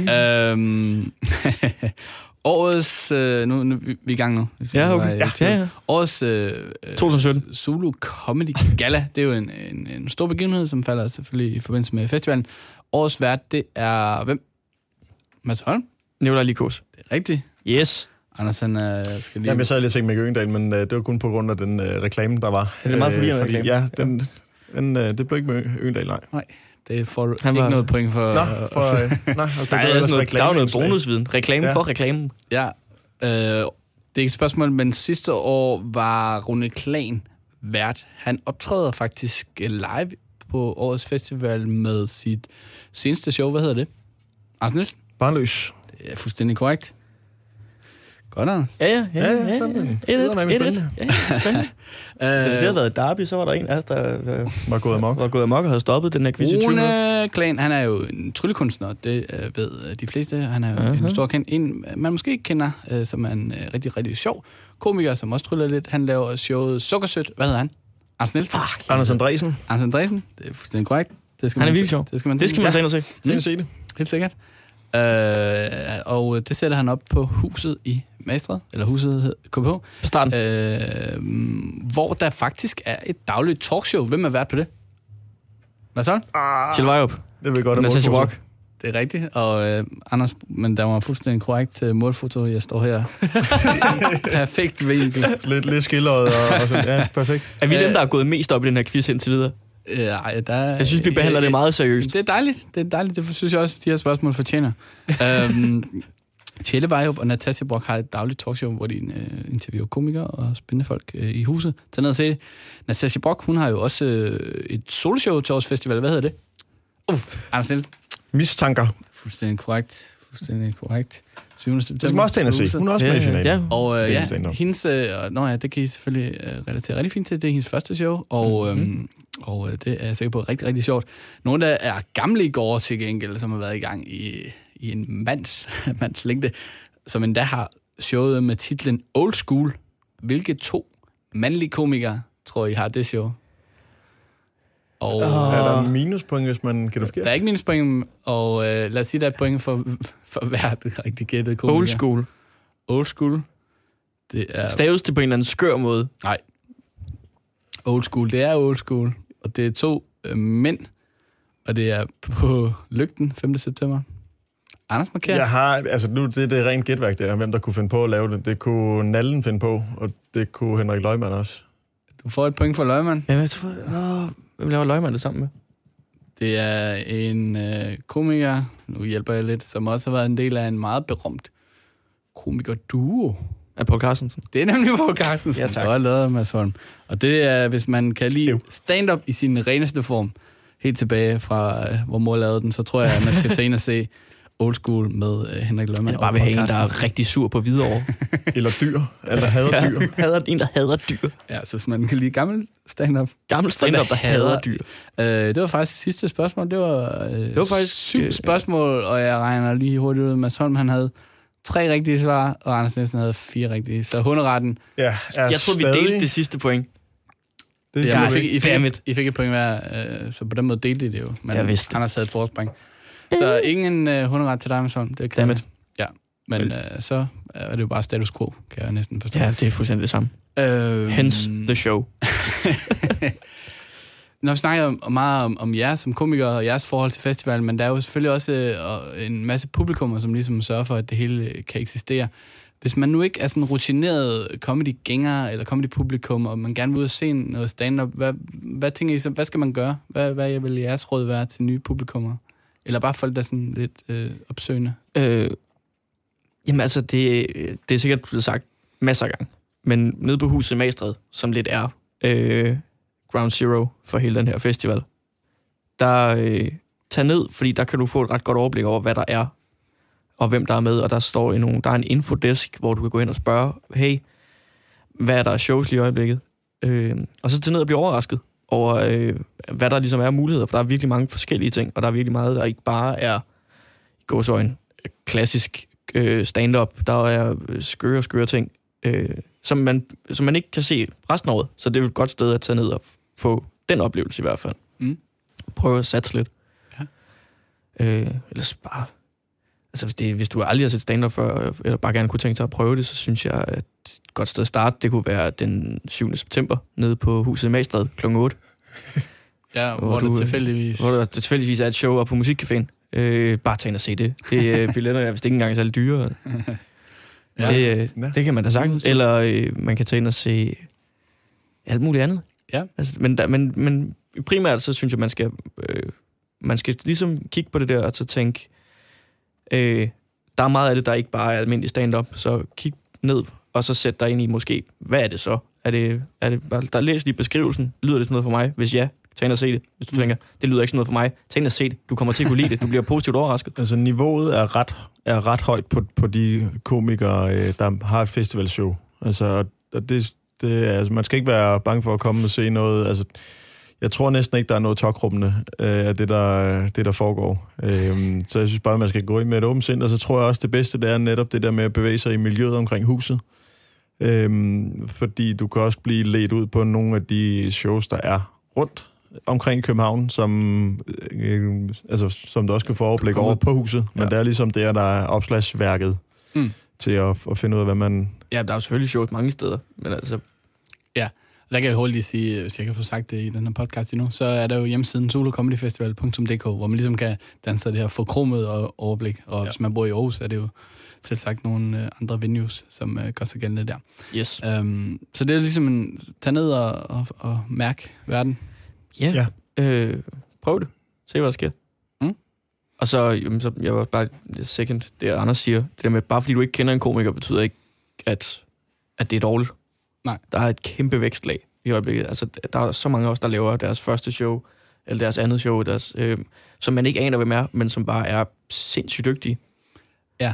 Årets... nu er vi i gang nu. Ja, okay. Ja. Årets 2017 Zulu Comedy Gala. Det er jo en stor begivenhed, som falder selvfølgelig i forbindelse med festivalen. Årets vært, det er hvem? Mads Holm? Nikolaj Likos. Det er rigtigt. Yes. Anders, han skal lige... Jamen, jeg sad lige og tænkte Mikke Øgendahl, men det var kun på grund af den reklame, der var. Det er meget forvirrende reklame. Ja, det blev ikke med Øgendahl, nej. Nej, det får du ikke noget point for... Nej, okay, der er jo noget bonusviden. Reklame for reklamen. Ja, det er ikke et spørgsmål, men sidste år var Rune Klan vært. Han optræder faktisk live på årets festival med sit seneste show. Hvad hedder det? Anders Nielsen? Barnløs. Det er fuldstændig korrekt. Godt, Anders. Ja. Sådan. Det er spændende. Så hvis det havde været Derby, så var der en af os, der var gået amok og havde stoppet den her quiz i 20 minutter. Rune Klan, han er jo en tryllekunstner, det ved de fleste. Han er jo en stor kendt. En, man måske ikke kender, som er en rigtig, rigtig sjov komiker, som også tryller lidt. Han laver showet Sukkersødt. Hvad hedder han? Anders Nielsen? Anders Andresen. Anders Andresen, det er fuldstændig korrekt. Han er virkelig sjov. Det skal man tage ind og se. Se det. Helt sikkert. Og det sætter han op på huset i Magstræde, eller huset KBH. På starten. Hvor der faktisk er et dagligt talkshow. Hvem er vært på det? Hvad så? Kjell Vejrup. Det vil godt. Natasha Brock. Det er rigtigt, og Anders, men der var fuldstændig korrekt målfoto. Jeg står her. Perfekt vinkel. Lidt skildret og sådan. Ja, perfekt. Er vi dem, der er gået mest op i den her quiz indtil videre? Jeg synes, vi behandler det meget seriøst. Det er dejligt. Det synes jeg også, de her spørgsmål fortjener. Kjell Vejrup og Natasha Brock har et dagligt talkshow, hvor de interviewer komikere og spændende folk i huset. Tag ned og se det. Natasha Brock, hun har jo også et soloshow til årets festival. Hvad hedder det? Anders Nielsen. Mistanker. Fuldstændig korrekt. 7. september. Det skal man også tage ind og se. Hun er også med i finalen. Ja. Og hendes... det kan I selvfølgelig relatere rigtig fint til. Det er hendes første show, og det er jeg sikker på rigtig, rigtig sjovt. Nogle, der er gamle i går til gengæld, som har været i gang i en mands længde, som endda har showet med titlen Old School. Hvilke 2 mandlige komikere, tror I, har det show? Og, er der minuspoint, hvis man gætter forkert? Der er ikke minuspoint, og lad os sige, der er et point for hvert rigtig gættet komiker. Old School. Det er... Staves det på en eller anden skør måde? Nej. Old School, det er Old School. Og det er 2 mænd, og det er på Lygten 5. september. Anders markerer. Jeg har, altså nu det er rent gætværk, det er, hvem der kunne finde på at lave det. Det kunne Nallen finde på, og det kunne Henrik Løgman også. Du får et point for Løgman. Ja, jeg tror, hvem laver Løgman det sammen med? Det er en komiker, nu hjælper jeg lidt, som også har været en del af en meget berømt komikerduo. Af Poul Carstensen? Det er nemlig Poul Carstensen. Ja, tak. Det var lavet Mads Holm. Og det er, hvis man kan lide stand-up i sin reneste form, helt tilbage fra, hvor mor lavede den, så tror jeg, at man skal tage ind og se Old School med Henrik Lønman. Eller bare vil have en, der er rigtig sur på Hvidovre. Eller dyr. Eller hader dyr. En, der hader dyr. Ja, så hvis man kan lide gammel stand-up. Gammel stand-up, der hader dyr. Det var faktisk sidste spørgsmål. Det var faktisk 7 spørgsmål, og jeg regner lige hurtigt ud. Mads Holm, han havde 3 rigtige svar, og Anders Nielsen havde 4 rigtige. Så hunderetten... Ja, jeg tror, vi delte det sidste point. I fik et point hver, så på den måde delte I det jo. Men jeg vidste. Anders havde et forspring. Så ingen hunderet til dig, Mads Holm. Det er ja, men så er det jo bare status quo, kan jeg næsten forstå. Ja, det er fuldstændig det samme. Hence the show. Når vi snakker meget om jer som komikere og jeres forhold til festivalen, men der er jo selvfølgelig også en masse publikummer, som ligesom sørger for, at det hele kan eksistere. Hvis man nu ikke er sådan en rutineret comedy-gænger eller comedy-publikum, og man gerne vil ud og se noget stand-up, hvad tænker I så? Hvad skal man gøre? Hvad vil jeres råd være til nye publikummer? Eller bare folk, der er sådan lidt opsøgende? Jamen altså, det er sikkert blevet sagt masser af gange. Men nede på Huset Magstræde, som lidt er ground zero for hele den her festival, der tag ned, fordi der kan du få et ret godt overblik over, hvad der er, og hvem der er med. Og der er en infodesk, hvor du kan gå ind og spørge, hey, hvad er der af shows lige i øjeblikket? Og så tage ned og blive overrasket over, hvad der ligesom er muligheder, for der er virkelig mange forskellige ting, og der er virkelig meget, der ikke bare er i gåseøjne klassisk stand-up. Der er skøre ting, som man ikke kan se resten af året. Så det er et godt sted at tage ned og få den oplevelse i hvert fald. Prøve at satse lidt. Ja. Ellers bare... Altså, hvis du aldrig har set stand-up før, eller bare gerne kunne tænke dig at prøve det, så synes jeg, at et godt sted at starte, det kunne være den 7. september, nede på Huset Magstræde kl. 8. Ja, hvor der tilfældigvis er et show op på Musikcaféen. Bare tag ind og se det. Billetter er vist ikke engang særlig dyre. Ja. Det kan man da sagtens. Eller man kan tage ind og se alt muligt andet. Ja. Altså, men primært så synes jeg, man skal ligesom kigge på det der, og så tænke, der er meget af det, der ikke bare er almindelig stand-up, så kig ned, og så sæt dig ind i måske, hvad er det så? Er det bare, der læs lige beskrivelsen, lyder det sådan noget for mig? Hvis ja, tag ind og se det. Hvis du tænker, det lyder ikke sådan noget for mig, tag ind og se det. Du kommer til at kunne lide det, du bliver positivt overrasket. Altså niveauet er ret højt på de komikere, der har et festivalshow. Altså, altså, man skal ikke være bange for at komme og se noget, altså jeg tror næsten ikke, der er noget tokrummende af det, der foregår. Så jeg synes bare, man skal gå ind med et åbent sind, og så tror jeg også, det bedste, det er netop det der med at bevæge sig i miljøet omkring huset. Fordi du kan også blive ledt ud på nogle af de shows, der er rundt omkring København, som du også kan få overblik over på huset. Men det er ligesom det, der er opslagsværket til at finde ud af, hvad man... Ja, der er jo selvfølgelig shows mange steder, men altså... Ja. Der kan jeg hurtigt sige, hvis jeg kan få sagt det i den her podcast endnu, så er der jo hjemmesiden solocomedyfestival.dk, hvor man ligesom kan danse det her forkromede overblik. Og hvis man bor i Aarhus, er det jo selv sagt nogle andre venues, som gør sig gældende der. Yes. Så det er ligesom en tage ned og mærke verden. Ja. Prøv det. Se, hvad der sker. Og så jeg var bare second, det Anders siger, det der med, bare fordi du ikke kender en komiker, betyder ikke, at det er dårligt. Nej. Der er et kæmpe vækstlag i øjeblikket. Altså, der er så mange af os, der laver deres første show, eller deres andet show, som man ikke aner, hvem er, men som bare er sindssygt dygtige. Ja.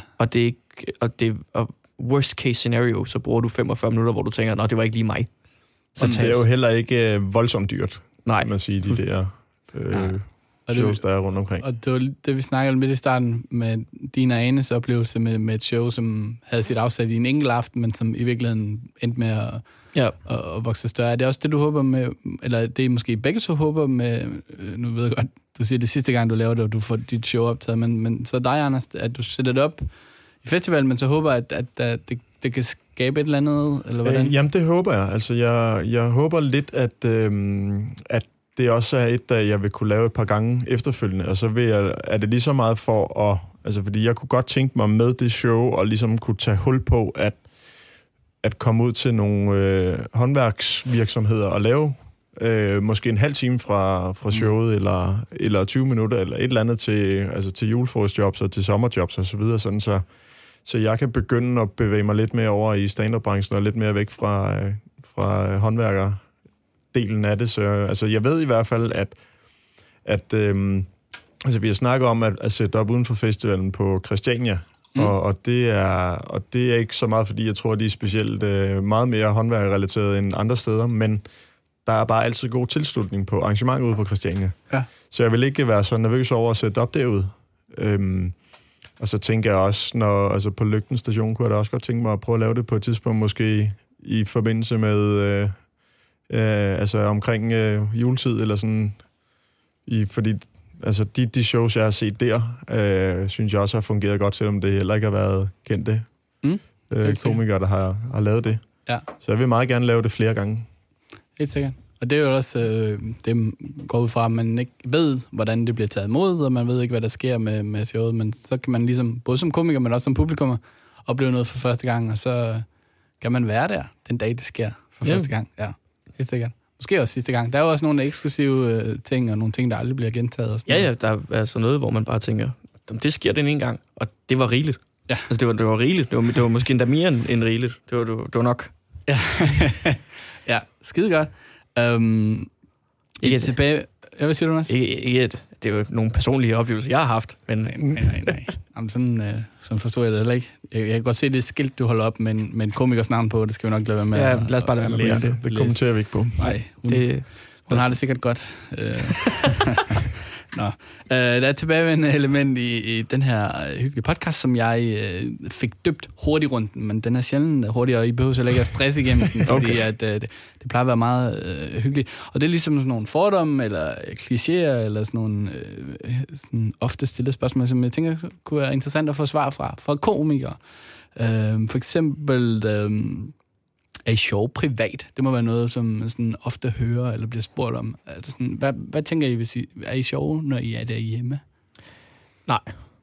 Og worst case scenario, så bruger du 45 minutter, hvor du tænker, nå, det var ikke lige mig. Så det er jo heller ikke voldsomt dyrt, nej, kan man sige, de der shows, der er rundt omkring. Og det var det, vi snakkede lidt i starten med din og Anes oplevelse med et show, som havde sit afsat i en enkelt aften, men som i virkeligheden endte med at vokse større. Er det også det, du håber med, eller det er måske begge to håber med, nu ved jeg godt, du siger det sidste gang, du laver det, og du får dit show optaget, men så dig, Anders, at du sætter det op i festivalen, men så håber, at det kan skabe et eller andet, eller hvordan? Jamen, det håber jeg. Altså, jeg håber lidt, at det også er et, der jeg vil kunne lave et par gange efterfølgende, og så er det lige så meget for at... Altså, fordi jeg kunne godt tænke mig med det show, og ligesom kunne tage hul på, at komme ud til nogle håndværksvirksomheder og lave måske en halv time fra showet, eller 20 minutter, eller et eller andet til julefrokostjobs og til sommerjobs og så videre, sådan så jeg kan begynde at bevæge mig lidt mere over i stand-up-branchen og lidt mere væk fra håndværkerdelen af det. Så altså, jeg ved i hvert fald, Altså, vi har snakket om at sætte op uden for festivalen på Christiania, og det er ikke så meget, fordi jeg tror, de er specielt meget mere håndværkerrelateret end andre steder, men der er bare altid god tilslutning på arrangementet ude på Christiania. Ja. Så jeg vil ikke være så nervøs over at sætte op derude. Og så tænker jeg også, altså på Lygten Station kunne jeg da også godt tænke mig at prøve at lave det på et tidspunkt, måske i forbindelse med, altså omkring juletid, eller sådan, fordi altså de shows, jeg har set der, synes jeg også har fungeret godt, selvom det heller ikke har været kendte komikere, der har lavet det. Ja. Så jeg vil meget gerne lave det flere gange. Helt sikkert. Og det er jo også, det går ud fra, at man ikke ved, hvordan det bliver taget imod, og man ved ikke, hvad der sker med showet, men så kan man ligesom, både som komiker, men også som publikummer, opleve noget for første gang, og så kan man være der den dag, det sker for første gang. Ja, helt sikkert. Måske også sidste gang. Der er jo også nogle eksklusive ting, og nogle ting, der aldrig bliver gentaget. Og sådan ja, der er så noget, hvor man bare tænker, det sker den ene gang, og det var rigeligt. Ja. Altså, det var rigeligt. Det var måske endda mere end rigeligt. Det var nok. Ja, ja, skide godt. Ikke tilbage. Hvad siger du, Mads? Ikke det er jo nogle personlige oplevelser, jeg har haft. Men Nej. Jamen, sådan forstår jeg det heller ikke. Jeg kan godt se det skilt, du holder op med en komikers navn på. Det skal vi nok lade være med. Ja, lad os bare lade være med det. Det kommenterer vi ikke på. Nej, hun har det sikkert godt. Nå. Der er et tilbagevendende element i den her hyggelige podcast, som jeg fik døbt hurtigt rundt, men den er sjældent hurtig, og I behøver så ikke at stresse igennem den, fordi at, det plejer at være meget hyggeligt. Og det er ligesom sådan nogle fordomme, eller klichéer, eller sådan nogle sådan ofte stillede spørgsmål, som jeg tænker kunne være interessant at få svar fra komikere. For eksempel... er I sjov privat? Det må være noget, som sådan ofte hører eller bliver spurgt om. Altså sådan, hvad tænker I, hvis I er I sjove, når I er derhjemme? Nej.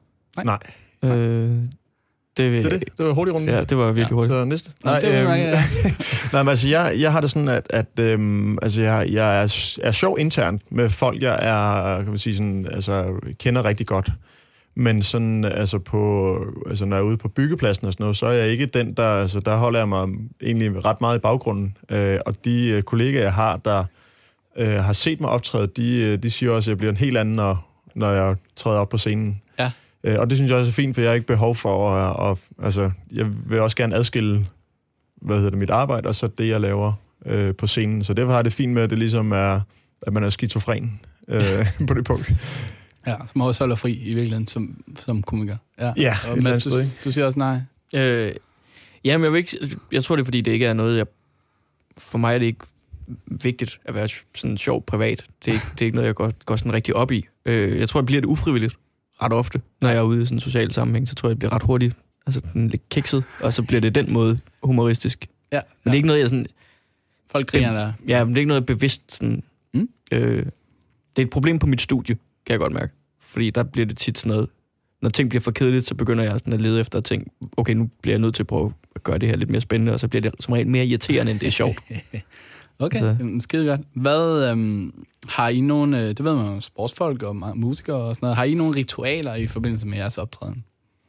Det var hurtigt rundt. Ja, det var virkelig hurtigt. Så næste. Nej, men altså, jeg har det sådan, at jeg er sjov internt med folk, jeg er, kan man sige, sådan, altså, kender rigtig godt. Men sådan, altså når jeg er ude på byggepladsen og sådan noget, så er jeg ikke den, der holder jeg mig egentlig ret meget i baggrunden. Og de kollegaer, jeg har, der har set mig optræde, de siger også, at jeg bliver en helt anden, når jeg træder op på scenen. Ja. Og det synes jeg også er fint, for jeg har ikke behov for altså, jeg vil også gerne adskille, mit arbejde, og så det, jeg laver på scenen. Så derfor har det fint med, at det ligesom er, at man er skizofren på det punkt. Ja, som også holder fri i virkeligheden som komiker. Ja, og Mads, du siger også nej. Jamen, jeg tror det er, fordi det ikke er noget, for mig er det ikke vigtigt at være sådan sjov privat. Det er ikke noget, jeg går sådan rigtig op i. Jeg tror, det bliver det ufrivilligt ret ofte, når jeg er ude i sådan en social sammenhæng. Så tror jeg, det bliver ret hurtigt, altså lidt kikset, og så bliver det den måde humoristisk. Ja. Men det er ikke noget, jeg sådan... Folk griner der. Ja, men det er ikke noget bevidst sådan... det er et problem på mit studie, kan jeg godt mærke. Fordi der bliver det tit sådan noget... Når ting bliver for kedeligt, så begynder jeg sådan at lede efter ting. Okay, nu bliver jeg nødt til at prøve at gøre det her lidt mere spændende, og så bliver det som regel mere irriterende, end det er sjovt. Okay, skide godt. Hvad har I nogle... Det ved man jo, sportsfolk og musikere og sådan noget. Har I nogle ritualer i forbindelse med jeres optræden?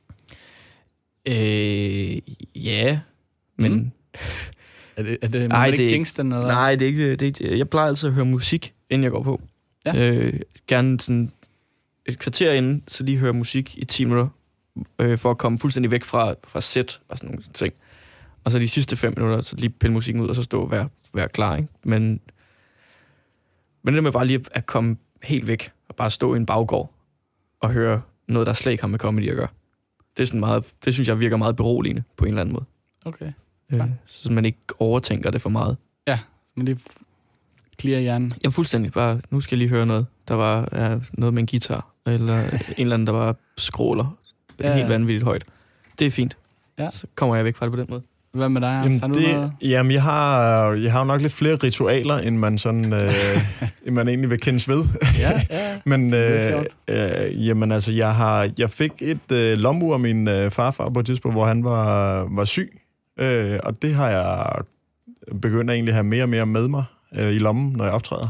Ja, men... Er det ikke jinxten, eller? Nej, det er ikke... Jeg plejer altid at høre musik, inden jeg går på. Ja. Gerne sådan et kvarter inden, så lige høre musik i 10 minutter, for at komme fuldstændig væk fra set og sådan nogle ting. Og så de sidste 5 minutter, så lige pille musikken ud, og så stå og være klar, ikke? Men det med bare lige at komme helt væk, og bare stå i en baggård, og høre noget, der slet ikke har med comedy at gøre. Det er sådan meget, det synes jeg virker meget beroligende, på en eller anden måde. Okay. Så man ikke overtænker det for meget. Ja, så man lige clear hjernen. Ja, fuldstændig. Bare, nu skal jeg lige høre noget. Der var noget med en guitar, eller en eller anden, der bare skråler helt vanvittigt højt. Det er fint. Ja. Så kommer jeg væk fra det på den måde. Hvad med dig, Anders? Har du noget? Jamen, jeg har jo nok lidt flere ritualer, end man sådan, end man egentlig vil kendes ved. Ja. Men jamen, altså, jeg fik et lommeur af min farfar på et tidspunkt, hvor han var syg. Og det har jeg begyndt at egentlig have mere og mere med mig i lommen, når jeg optræder.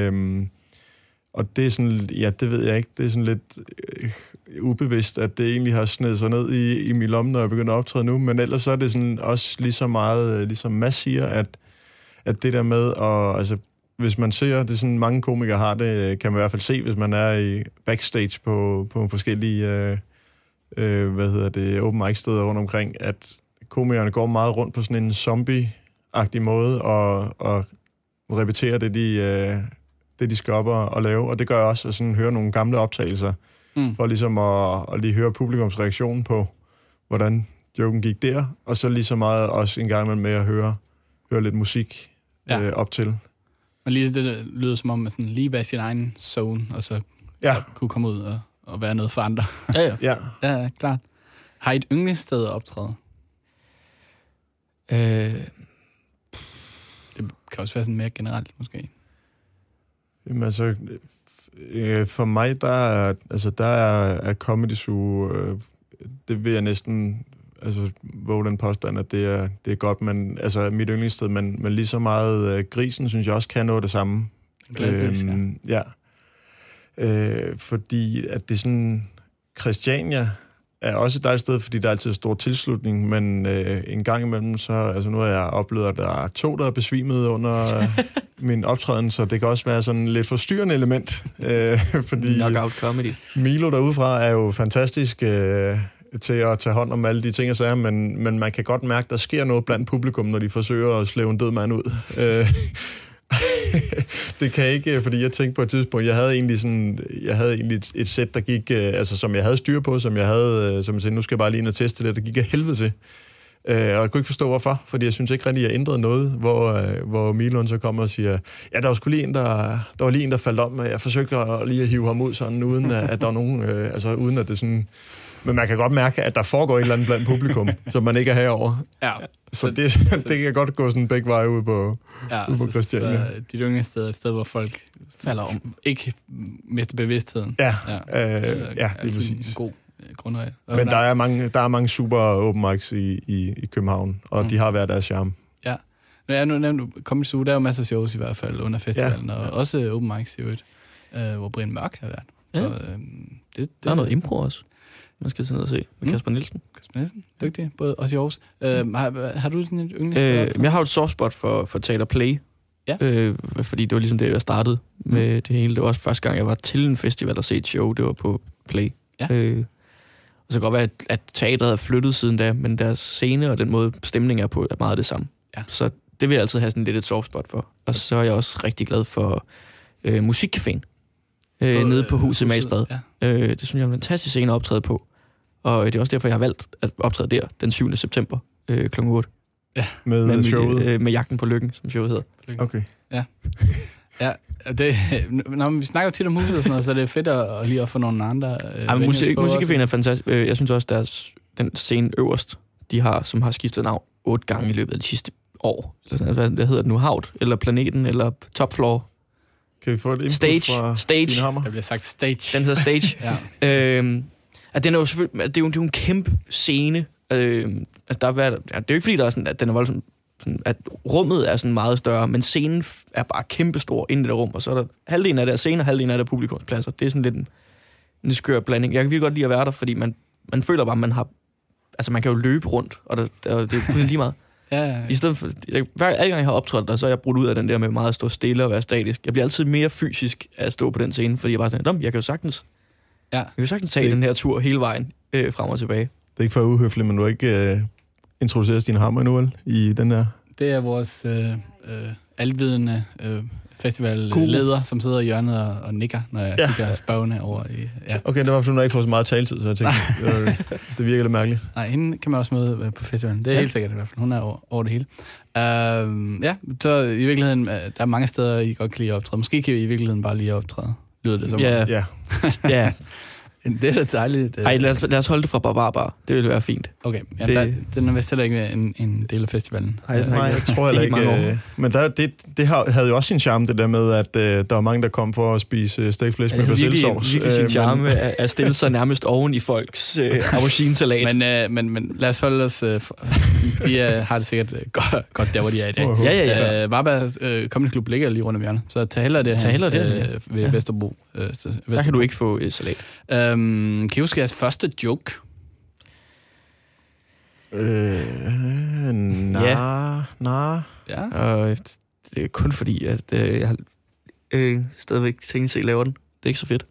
Og det er sådan, ja, det ved jeg ikke, det er sådan lidt ubevidst, at det egentlig har snedet sig ned i min lomme, når jeg begynder at optræde nu, men ellers så er det sådan også lige så meget, ligesom Mads siger, at det der med at, altså, hvis man ser, det er sådan, mange komikere har det, kan man i hvert fald se, hvis man er i backstage på forskellige open mic steder rundt omkring, at komikerne går meget rundt på sådan en zombie-agtig måde og repeterer det, de skal op og lave. Og det gør jeg også, at sådan høre nogle gamle optagelser, for ligesom at lige høre publikums reaktion på, hvordan joken gik der, og så lige så meget også en gang med at høre lidt musik op til. Men lige det lyder som om, man sådan lige var i sin egen zone, og så kunne komme ud og være noget for andre. Ja, klart. Har I et yndlingssted at optræde? Det kan også være sådan mere generelt, måske. Jamen altså, for mig, der er Comedy Zoo, det vil jeg næsten våge den påstand, at det er godt, men altså mit yndlingssted, men lige så meget Grisen, synes jeg også kan noget af det samme. Fordi at det er sådan, Christiania er også et dejligt sted, fordi der er altid stor tilslutning, men en gang imellem, så nu har jeg oplevet, at der er 2, der er besvimet under min optræden, så det kan også være sådan et lidt forstyrrende element. Fordi Knockout comedy. Milo derudefra er jo fantastisk til at tage hånd om alle de ting og sager, men man kan godt mærke, at der sker noget blandt publikum, når de forsøger at slæve en død mand ud. Det kan ikke, fordi jeg tænkte på et tidspunkt, jeg havde egentlig et sæt, der gik, som jeg havde styr på, som jeg sagde, nu skal jeg bare lige ind og teste det, der gik af helvede til. Og jeg kunne ikke forstå, hvorfor, fordi jeg synes ikke rigtig, jeg ændrede noget, hvor Milon så kommer og siger, ja, der var sgu lige en, der faldt om, og jeg forsøgte lige at hive ham ud, sådan, uden at der var nogen, uden at det sådan. Men man kan godt mærke, at der foregår et eller andet blandt publikum, som man ikke er herovre. Ja. Så det kan godt gå sådan begge veje ud på Christiania. Så dit yndlingsted er et sted, hvor folk falder om. Ikke mister bevidstheden. Ja, det er præcis. En god grundregel. Men der er mange super open mics i København, og de har hver deres charme. Ja. Nu nævnte du Comedy Zoo, der er jo masser af shows i hvert fald under festivalen, og også open mics i øvrigt, hvor Brian Mørk har været. Så, der er noget impro også. Man skal sådan noget og se med Kasper Nielsen. Kasper Nielsen, dygtig, både også i Aarhus. Har du sådan et yndlingssted? Jeg har et softspot for Teater Play, fordi det var ligesom det, jeg startede med det hele. Det var også første gang, jeg var til en festival og se et show, det var på Play. Ja. Og så kan godt være, at teateret er flyttet siden da, men deres scene og den måde stemning er på, er meget det samme. Ja. Så det vil jeg altid have sådan lidt et softspot for. Og så er jeg også rigtig glad for Musikcaféen nede på Huset Magstræde. Ja. Det synes jeg er en fantastisk scene at optræde på. Og det er også derfor, jeg har valgt at optræde der den 7. september kl. 8. Ja, med showet? Med Jagten på Lykken, som showet hedder. Okay. Ja. Ja, når vi snakker tit om huset og sådan noget, så er det fedt at lige at få nogle andre... Musikcaféen er fantastisk. Jeg synes også, den scene øverst, de har, som har skiftet navn 8 gange i løbet af de sidste år. Eller sådan, hvad hedder det nu? Havt? Eller Planeten? Eller Top Floor? Kan vi få et input fra Stine Hammer? Der bliver sagt Stage. Den hedder Stage. At den er jo selvfølgelig... Det er jo en kæmpe scene. Det er jo ikke fordi, der er sådan, at den er voldsomt... at rummet er sådan meget større, men scenen er bare kæmpestor inde i det rum, og så er der halvdelen af det er scene, og halvdelen af det er publikumspladser. Det er sådan lidt en skør blanding. Jeg kan virkelig godt lide at være der, fordi man føler bare, man har... Altså, man kan jo løbe rundt, og det er lige meget. Ja. I stedet for... Hver gang jeg har optrådt der, så er jeg brudt ud af den der med meget at stå stille og være statisk. Jeg bliver altid mere fysisk af at stå på den scene, fordi jeg bare sådan, jeg kan jo sagtens... Ja. Jeg kan jo sagtens tage den her tur hele vejen frem og tilbage. Det er ikke for uhøfligt, men du har ikke introduceret Stine Hammer nu, vel? I den der... Det er vores alvidende festivalleder, som sidder i hjørnet og nikker, når jeg kigger spørgende over i... Ja. Okay, det var fordi, hun ikke får så meget taletid, så jeg tænkte, det virker lidt mærkeligt. Nej, hende kan man også møde på festivalen. Det er helt sikkert i hvert fald. Hun er over det hele. Så i virkeligheden, der er mange steder, I godt kan lide at optræde. Måske kan I i virkeligheden bare lige optræde. Lyder det som? Ja. Det er da dejligt. Ej, lad os holde det fra Barbar. Det ville være fint. Okay, den er vist heller ikke en del af festivalen. Nej, jeg tror heller ikke. Men det havde jo også sin charme, det der med, at der var mange, der kom for at spise stegt flæsk med persillesovs. Virkelig sin charme at stille sig nærmest oven i folks auberginesalat. Men lad os holde os... de har det sikkert godt der, hvor de er i dag. Ja. Varberg Comedy Club ligger lige rundt om hjørnet, så tag hellere det ved Vesterbro. Der kan du ikke få salat. Kan I huske jeres første joke? Nej. Ja. det er kun fordi, at jeg har stadigvæk tænkt at se laver den. Det er ikke så fedt.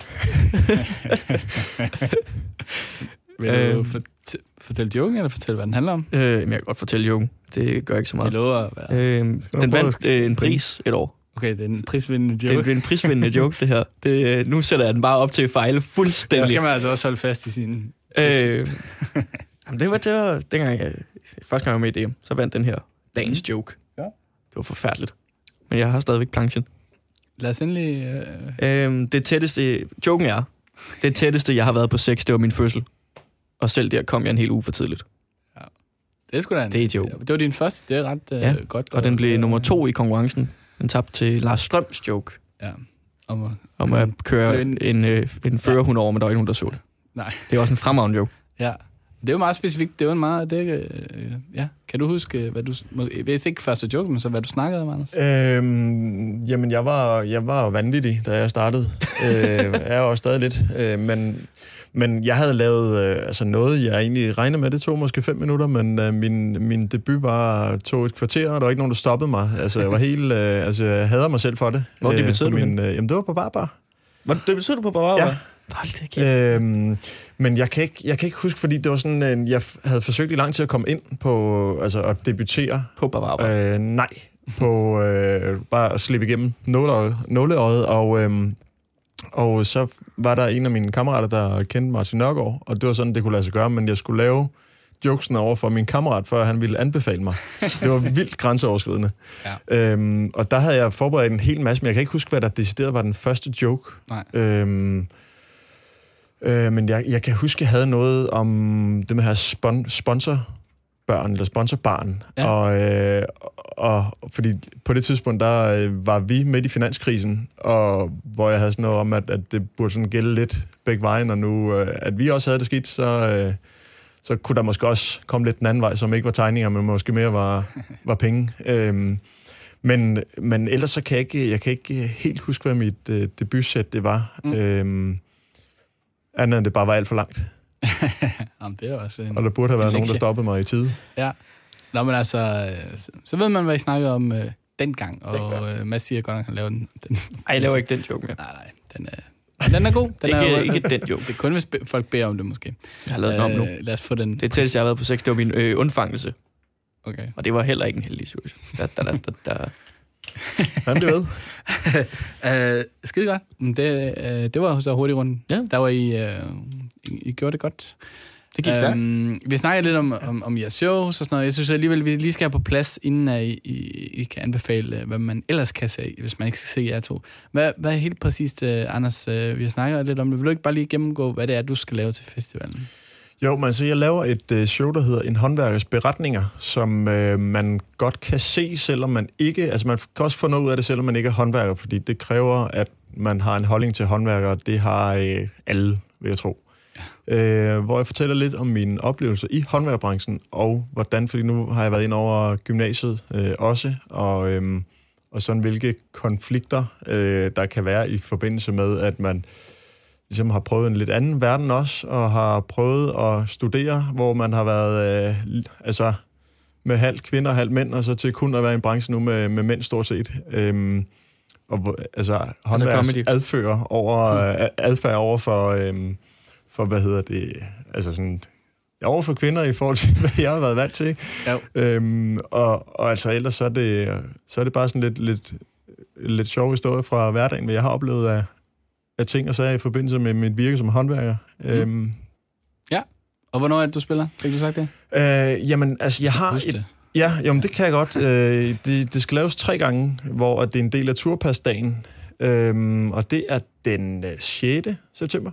Vil du fortælle joken, eller fortælle, hvad den handler om? Jeg kan godt fortælle joken. Det gør ikke så meget. Jeg lover at være... Den vandt en pris et år. Okay, det er en prisvindende joke. Det er en prisvindende joke, det her. Nu sætter jeg den bare op til at fejle fuldstændig. Der skal man altså også holde fast i sin... det var dengang første gang jeg var med i DM, så vandt den her dagens joke. Ja. Det var forfærdeligt. Men jeg har stadigvæk planchen. Lad os endelig... Det tætteste... Joken er, det tætteste, jeg har været på sex, det var min fødsel. Og selv der kom jeg en hel uge for tidligt. Ja. Det er sgu da det er joke. Det var din første, det er ret godt. Og den blev nummer 2 i konkurrencen. Den tabte til Lars Strøms joke. Ja. Om at køre en førerhund over, men der var ikke nogen, der så det. Nej. Det er også en fremragende joke. Ja. Det er jo meget specifikt. Det er jo en meget... ja. Kan du huske, hvad du... Hvis ikke første joke, men så hvad du snakkede om, Anders? Jamen, jeg var vanvittig, da jeg startede. Jeg er også stadig lidt. Men jeg havde lavet noget, jeg egentlig regnede med. Det tog måske 5 minutter, men min debut tog et kvarter, og der var ikke nogen, der stoppede mig. Altså, jeg var helt... jeg hader mig selv for det. Hvor det betød du? Jamen, det var på Barbar. Det betød du på Barbar? Ja. Men jeg kan ikke huske, fordi det var sådan, jeg havde forsøgt i lang tid at komme ind på, at debutere. På Barbar? Nej, på bare at slippe igennem nåleøjet, og så var der en af mine kammerater, der kendte Martin Nørgaard, og det var sådan, det kunne lade sig gøre, men jeg skulle lave jokesene over for min kammerat, før han ville anbefale mig. Det var vildt grænseoverskridende. Ja. Og der havde jeg forberedt en hel masse, men jeg kan ikke huske, hvad der decideret var den første joke. Nej. Men jeg kan huske, jeg havde noget om det med her sponsorbørn, eller sponsorbarn. Ja. Og fordi på det tidspunkt, der var vi midt i finanskrisen, og hvor jeg havde sådan noget om, at det burde sådan gælde lidt begge veje, og nu at vi også havde det skidt, så kunne der måske også komme lidt den anden vej, som ikke var tegninger, men måske mere var penge. Men ellers så kan jeg ikke helt huske, hvad mit debutsæt det var. Andet end det bare var alt for langt. Jamen, det er også og der burde have været nogen, der stoppede mig i tide. Ja. Nå, men altså, så ved man, hvad I snakkede om dengang, og Mads siger godt, at han kan lave den. Ej, jeg laver ikke den joke mere. Nej, den er god. Ikke den joke. Det er kun, hvis folk beder om det, måske. Jeg har lavet den om nu. Lad os få den. Det tætteste, jeg har været på sex, det var min undfangelse. Okay. Og det var heller ikke en heldig situation. Hvordan det ved? Skide godt. Det var så hurtigt rundt. Ja. Der var I gjorde det godt. Det gik stærkt. Vi snakker lidt om jeres shows og sådan noget. Jeg synes alligevel, vi lige skal have på plads, inden I kan anbefale, hvad man ellers kan se, hvis man ikke skal se jer to. Hvad er helt præcist, Anders, vi har snakket lidt om det. Vil du ikke bare lige gennemgå, hvad det er, du skal lave til festivalen? Jo, men altså, jeg laver et show, der hedder En håndværkers beretninger, som man godt kan se, selvom man ikke... Altså, man kan også få noget ud af det, selvom man ikke er håndværker, fordi det kræver, at man har en holdning til håndværkere. Det har alle, vil jeg tro. Ja. Hvor jeg fortæller lidt om mine oplevelser i håndværkerbranchen, og hvordan, fordi nu har jeg været ind over gymnasiet også, og sådan hvilke konflikter, der kan være i forbindelse med, at man ligesom har prøvet en lidt anden verden også, og har prøvet at studere, hvor man har været med halvt kvinder og halvt mænd, og så til kun at være i en branche nu med mænd stort set. Og håndværks adfærd over for hvad hedder det, altså sådan, over for kvinder i forhold til, hvad jeg har været vant til. Og altså ellers så er det bare sådan lidt sjov historie fra hverdagen, hvad jeg har oplevet af ting og sager i forbindelse med mit virke som håndværker. Ja, og hvornår er det, du spiller? Fik du sagt det? Jamen, altså, jeg har jamen, det kan jeg godt. Det skal laves 3 gange, hvor det er en del af turpasdagen, og det er den 6. september.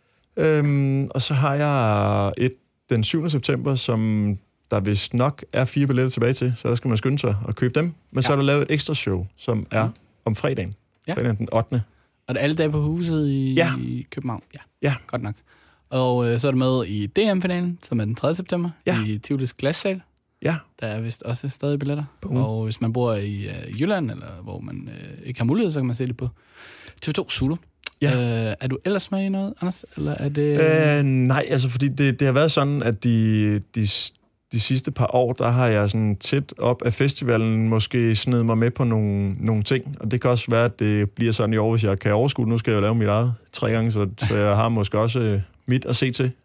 Og så har jeg den 7. september, som der vist nok er 4 billetter tilbage til, så der skal man skynde sig at købe dem. Men så er der lavet et ekstra show, som er om fredagen. Fredagen den 8. Og det er alle dage på huset i København? Ja, godt nok. Og så er du med i DM-finalen, som er den 3. september, i Tivolis Glassal. Ja. Der er vist også stadig billetter. Og hvis man bor i Jylland, eller hvor man ikke har mulighed, så kan man se det på TV2 Zulu. Ja. Er du ellers med i noget, Anders? Eller er det... Nej, altså fordi det har været sådan, at de de sidste par år, der har jeg sådan tæt op af festivalen måske snedet mig med på nogle ting. Og det kan også være, at det bliver sådan i år, hvis jeg kan overskue. Nu skal jeg jo lave mit eget 3 gange, så jeg har måske også mit at se til.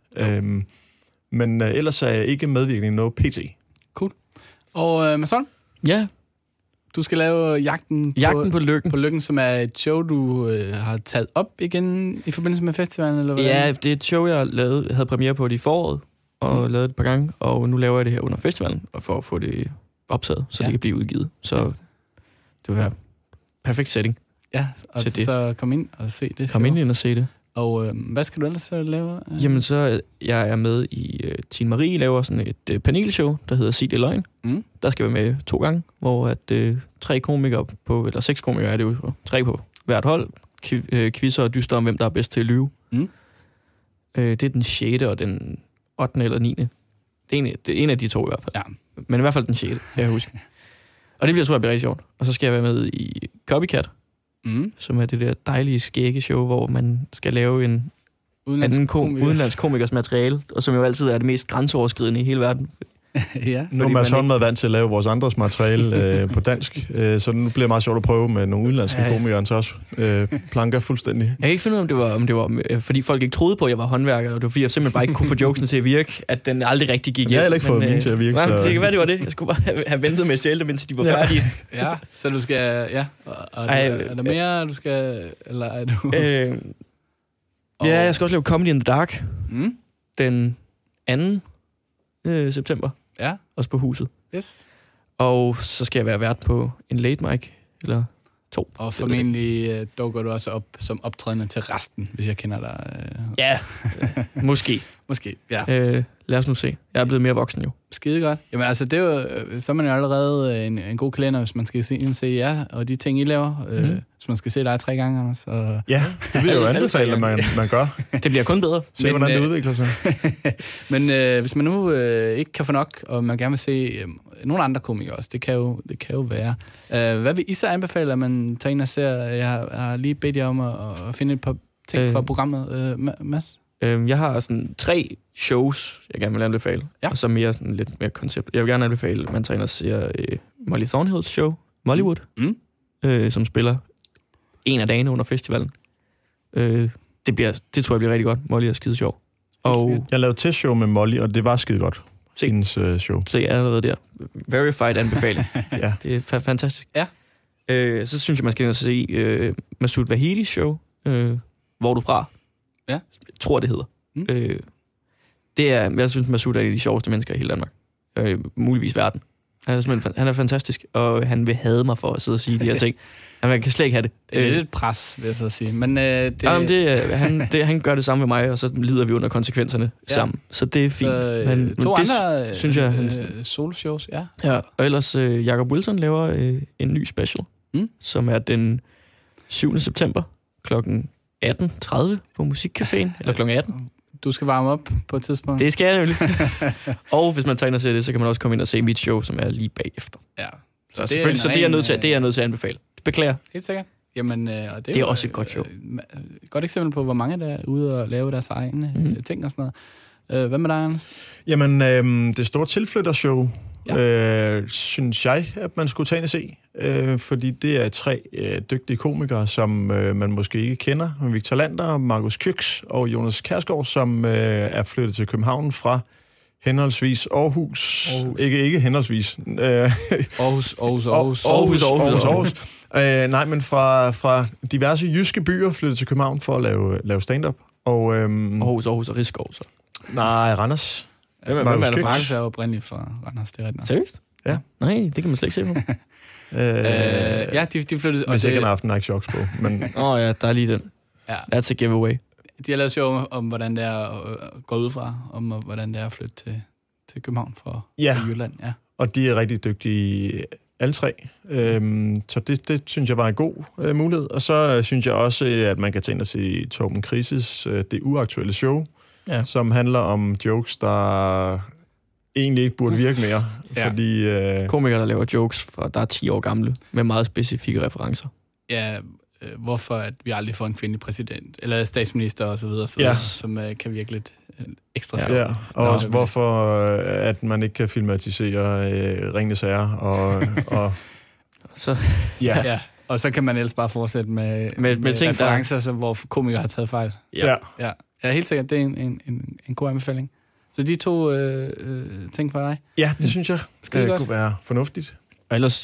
Men ellers er jeg ikke medvirkende i noget PT. Cool. Og Mads Holm? Ja. Du skal lave Jagten på Lykken. På Lykken, som er et show, du har taget op igen i forbindelse med festivalen, eller hvad? Ja, det er et show, jeg havde premiere på det i foråret, og lavede det et par gange, og nu laver jeg det her under festivalen, og for at få det optaget, så det kan blive udgivet. Så det vil være perfekt setting. Ja, og så kom ind og se det. Kom ind og se det. Og hvad skal du ellers lave? Jamen så, jeg er med i Tine Marie laver sådan et panelshow, der hedder Sig det løgn. Der skal jeg være med 2 gange, hvor at 3 komikere på, eller 6 komikere er det jo, 3 på hvert hold, quizzer og dyster om, hvem der er bedst til at lyve. Det er den 6. og den 8. eller 9. Det er en af de 2 i hvert fald. Ja. Men i hvert fald den 6. Jeg husker. Og det tror jeg bliver rigtig sjovt. Og så skal jeg være med i Copycat, som er det der dejlige skægge-show, hvor man skal lave en udenlandsk komikers materiale, og som jo altid er det mest grænseoverskridende i hele verden. Ja, nu er Mads Holm været vant til at lave vores andres materiale på dansk, så nu bliver det meget sjovt at prøve med nogle udenlandske komikere, så også planker fuldstændig. Jeg kan ikke finde ud af, om det var fordi folk ikke troede på, at jeg var håndværker, og det var fordi, jeg simpelthen bare ikke kunne få jokesen til at virke, at den aldrig rigtig gik hjem. Jeg har heller ikke fået mine til at virke. Så... Det kan være, det var det. Jeg skulle bare have ventet med at stjæle dem, indtil de var færdige. Ja, så du skal... Ja, og er der mere, du skal... Eller er du... Ja, jeg skal også lave Comedy in the Dark den 2. september. Ja. Også på Huset. Yes. Og så skal jeg være vært på en late mic, eller 2. Og formentlig dukker du også op som optrædende til resten, hvis jeg kender dig. Ja, måske. Måske, ja. Lad os nu se. Jeg er blevet mere voksen jo. Skide godt. Jamen altså, det er jo, så er man jo allerede en god kalender, hvis man skal se jer og de ting, I laver. Hvis man skal se dig 3 gange, Anders. Og... Ja, det vil jeg jo anbefale, at man gør. Det bliver kun bedre. Se, hvordan det udvikler sig. Men hvis man nu ikke kan få nok, og man gerne vil se nogle andre komikere også, det kan jo være. Hvad vil I så anbefale, at man tager ind og ser? Jeg har lige bedt jer om at finde et par ting fra programmet, Mads. Jeg har sådan 3 shows, jeg gerne vil anbefale, og så mere sådan lidt mere koncept. Jeg vil gerne anbefale, at man tager ind og ser Molly Thornhills show, Mollywood, som spiller en af dagene under festivalen. Det tror jeg bliver rigtig godt. Molly er skide sjov. Og jeg lavede testshow med Molly, og det var skide godt. Hendes show. Så jeg er allerede der. Verified anbefaling. Ja. Det er fantastisk. Ja. Så synes jeg, man skal ind og se Masoud Vahidis show, Hvor er du fra? Ja. Jeg tror, det hedder. Jeg synes, Masoud er en af de sjoveste mennesker i hele Danmark. Muligvis verden. Han er fantastisk, og han vil hade mig for at sidde og sige de her ting. Han kan slet ikke have det. Det er lidt et pres, vil jeg så sige. Men, han gør det samme med mig, og så lider vi under konsekvenserne sammen. Så det er fint. Men 2 andre synes jeg, soloshows, ja. Og ellers Jacob Wilson laver en ny special, som er den 7. september kl. 18.30 på Musikcaféen, eller kl. 18. Du skal varme op på et tidspunkt. Det skal jeg nemlig. Og hvis man tager ind og ser det, så kan man også komme ind og se mit show, som er lige bagefter. Ja. Så det er jeg nødt til at anbefale. Beklager. Helt sikkert. Jamen, og det er også et godt show. Godt eksempel på, hvor mange der er ude og lave deres egne ting og sådan noget. Hvad med dig, Anders? Jamen, det store tilflyttershow, synes jeg, at man skulle tage ind og se. Fordi det er 3 dygtige komikere, som man måske ikke kender. Victor Lander, Markus Kjøks og Jonas Kjærsgaard, som er flyttet til København fra henholdsvis Aarhus. Ikke henholdsvis. Aarhus. Nej, men fra diverse jyske byer flyttet til København for at lave stand-up. Og, Aarhus og Rigskov, så. Nej, Randers. Markus er jo oprindeligt fra Randers, det er rigtigt. Seriøst? Ja. Nej, det kan man slet ikke se på. Ja, de flyttede... Hvis ikke han har haft Nike Shocks på. Men... ja, der er lige den. Ja. That's a giveaway. De har lavet show om, hvordan det er at gå ud fra, om hvordan det er at flytte til København fra Jylland. Ja, og de er rigtig dygtige alle 3. Så det synes jeg var en god mulighed. Og så synes jeg også, at man kan tage ind og se Torben Krises Det Uaktuelle Show, som handler om jokes, der egentlig ikke burde virke mere. Fordi, komikere, der laver jokes, der er 10 år gamle, med meget specifikke referencer. Ja, hvorfor at vi aldrig får en kvindelig præsident, eller statsminister og så videre, som kan virke lidt ekstra sjovt. Ja, og også hvorfor at man ikke kan filmatisere Ringenes Herre, og så, ja. Og så kan man ellers bare fortsætte med ting, referencer, hvor komikere har taget fejl. Ja. Ja, helt sikkert, det er en god anbefaling. Så de 2 ting for dig? Ja, det synes jeg kunne være fornuftigt. Og ellers,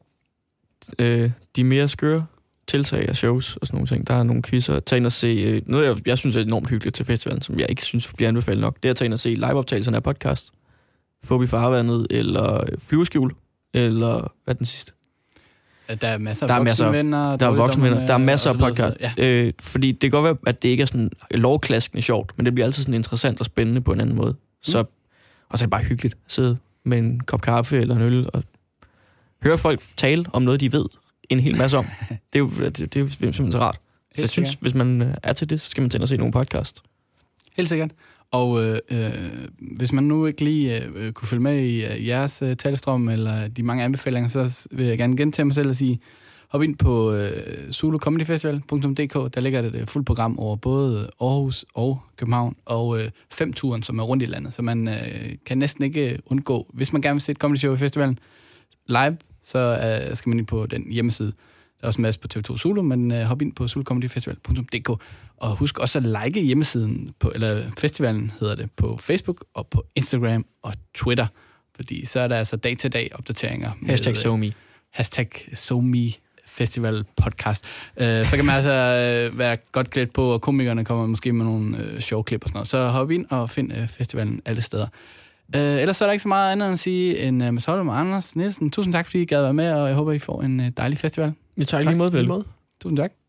de mere skøre tiltag af shows og sådan nogle ting. Der er nogle quizzer. Tag ind og se noget, jeg synes er enormt hyggeligt til festivalen, som jeg ikke synes bliver anbefalet nok. Det er at tage ind og se liveoptagelserne af podcast. Fobi Farvandet, eller Flyveskjul, eller hvad er den sidste? Der er masser af voksenvenner. Der er masser af podcast. Ja. Fordi det kan godt være, at det ikke er sådan lovklaskende sjovt, men det bliver altid sådan interessant og spændende på en anden måde. Så, og så er det bare hyggeligt at sidde med en kop kaffe eller en øl og høre folk tale om noget, de ved en hel masse om. Det er jo simpelthen så rart. Så jeg synes, hvis man er til det, så skal man tænde og se nogle podcast. Helt sikkert. Og hvis man nu ikke lige kunne følge med i jeres talestrøm eller de mange anbefalinger, så vil jeg gerne gentage mig selv og sige, hop ind på zulucomedyfestival.dk. Der ligger et fuldt program over både Aarhus og København, og 5-turen, som er rundt i landet. Så man kan næsten ikke undgå, hvis man gerne vil se et comedy show i festivalen live, så skal man ind på den hjemmeside. Der er også en masse på TV2 Zulu, men hop ind på zulucomedyfestival.dk. Og husk også at like hjemmesiden, eller festivalen hedder det, på Facebook og på Instagram og Twitter. Fordi så er der altså dag-til-dag opdateringer. #SoMe. #SoMe Festival Podcast. Så kan man altså være godt klædt på, og komikerne kommer måske med nogle sjove klip og sådan noget. Så hop ind og find festivalen alle steder. Ellers så er der ikke så meget andet end at sige end Mads Holm og Anders Nielsen. Tusind tak, fordi I gad være med, og jeg håber, I får en dejlig festival. Vi tager lige mod. Tusind tak.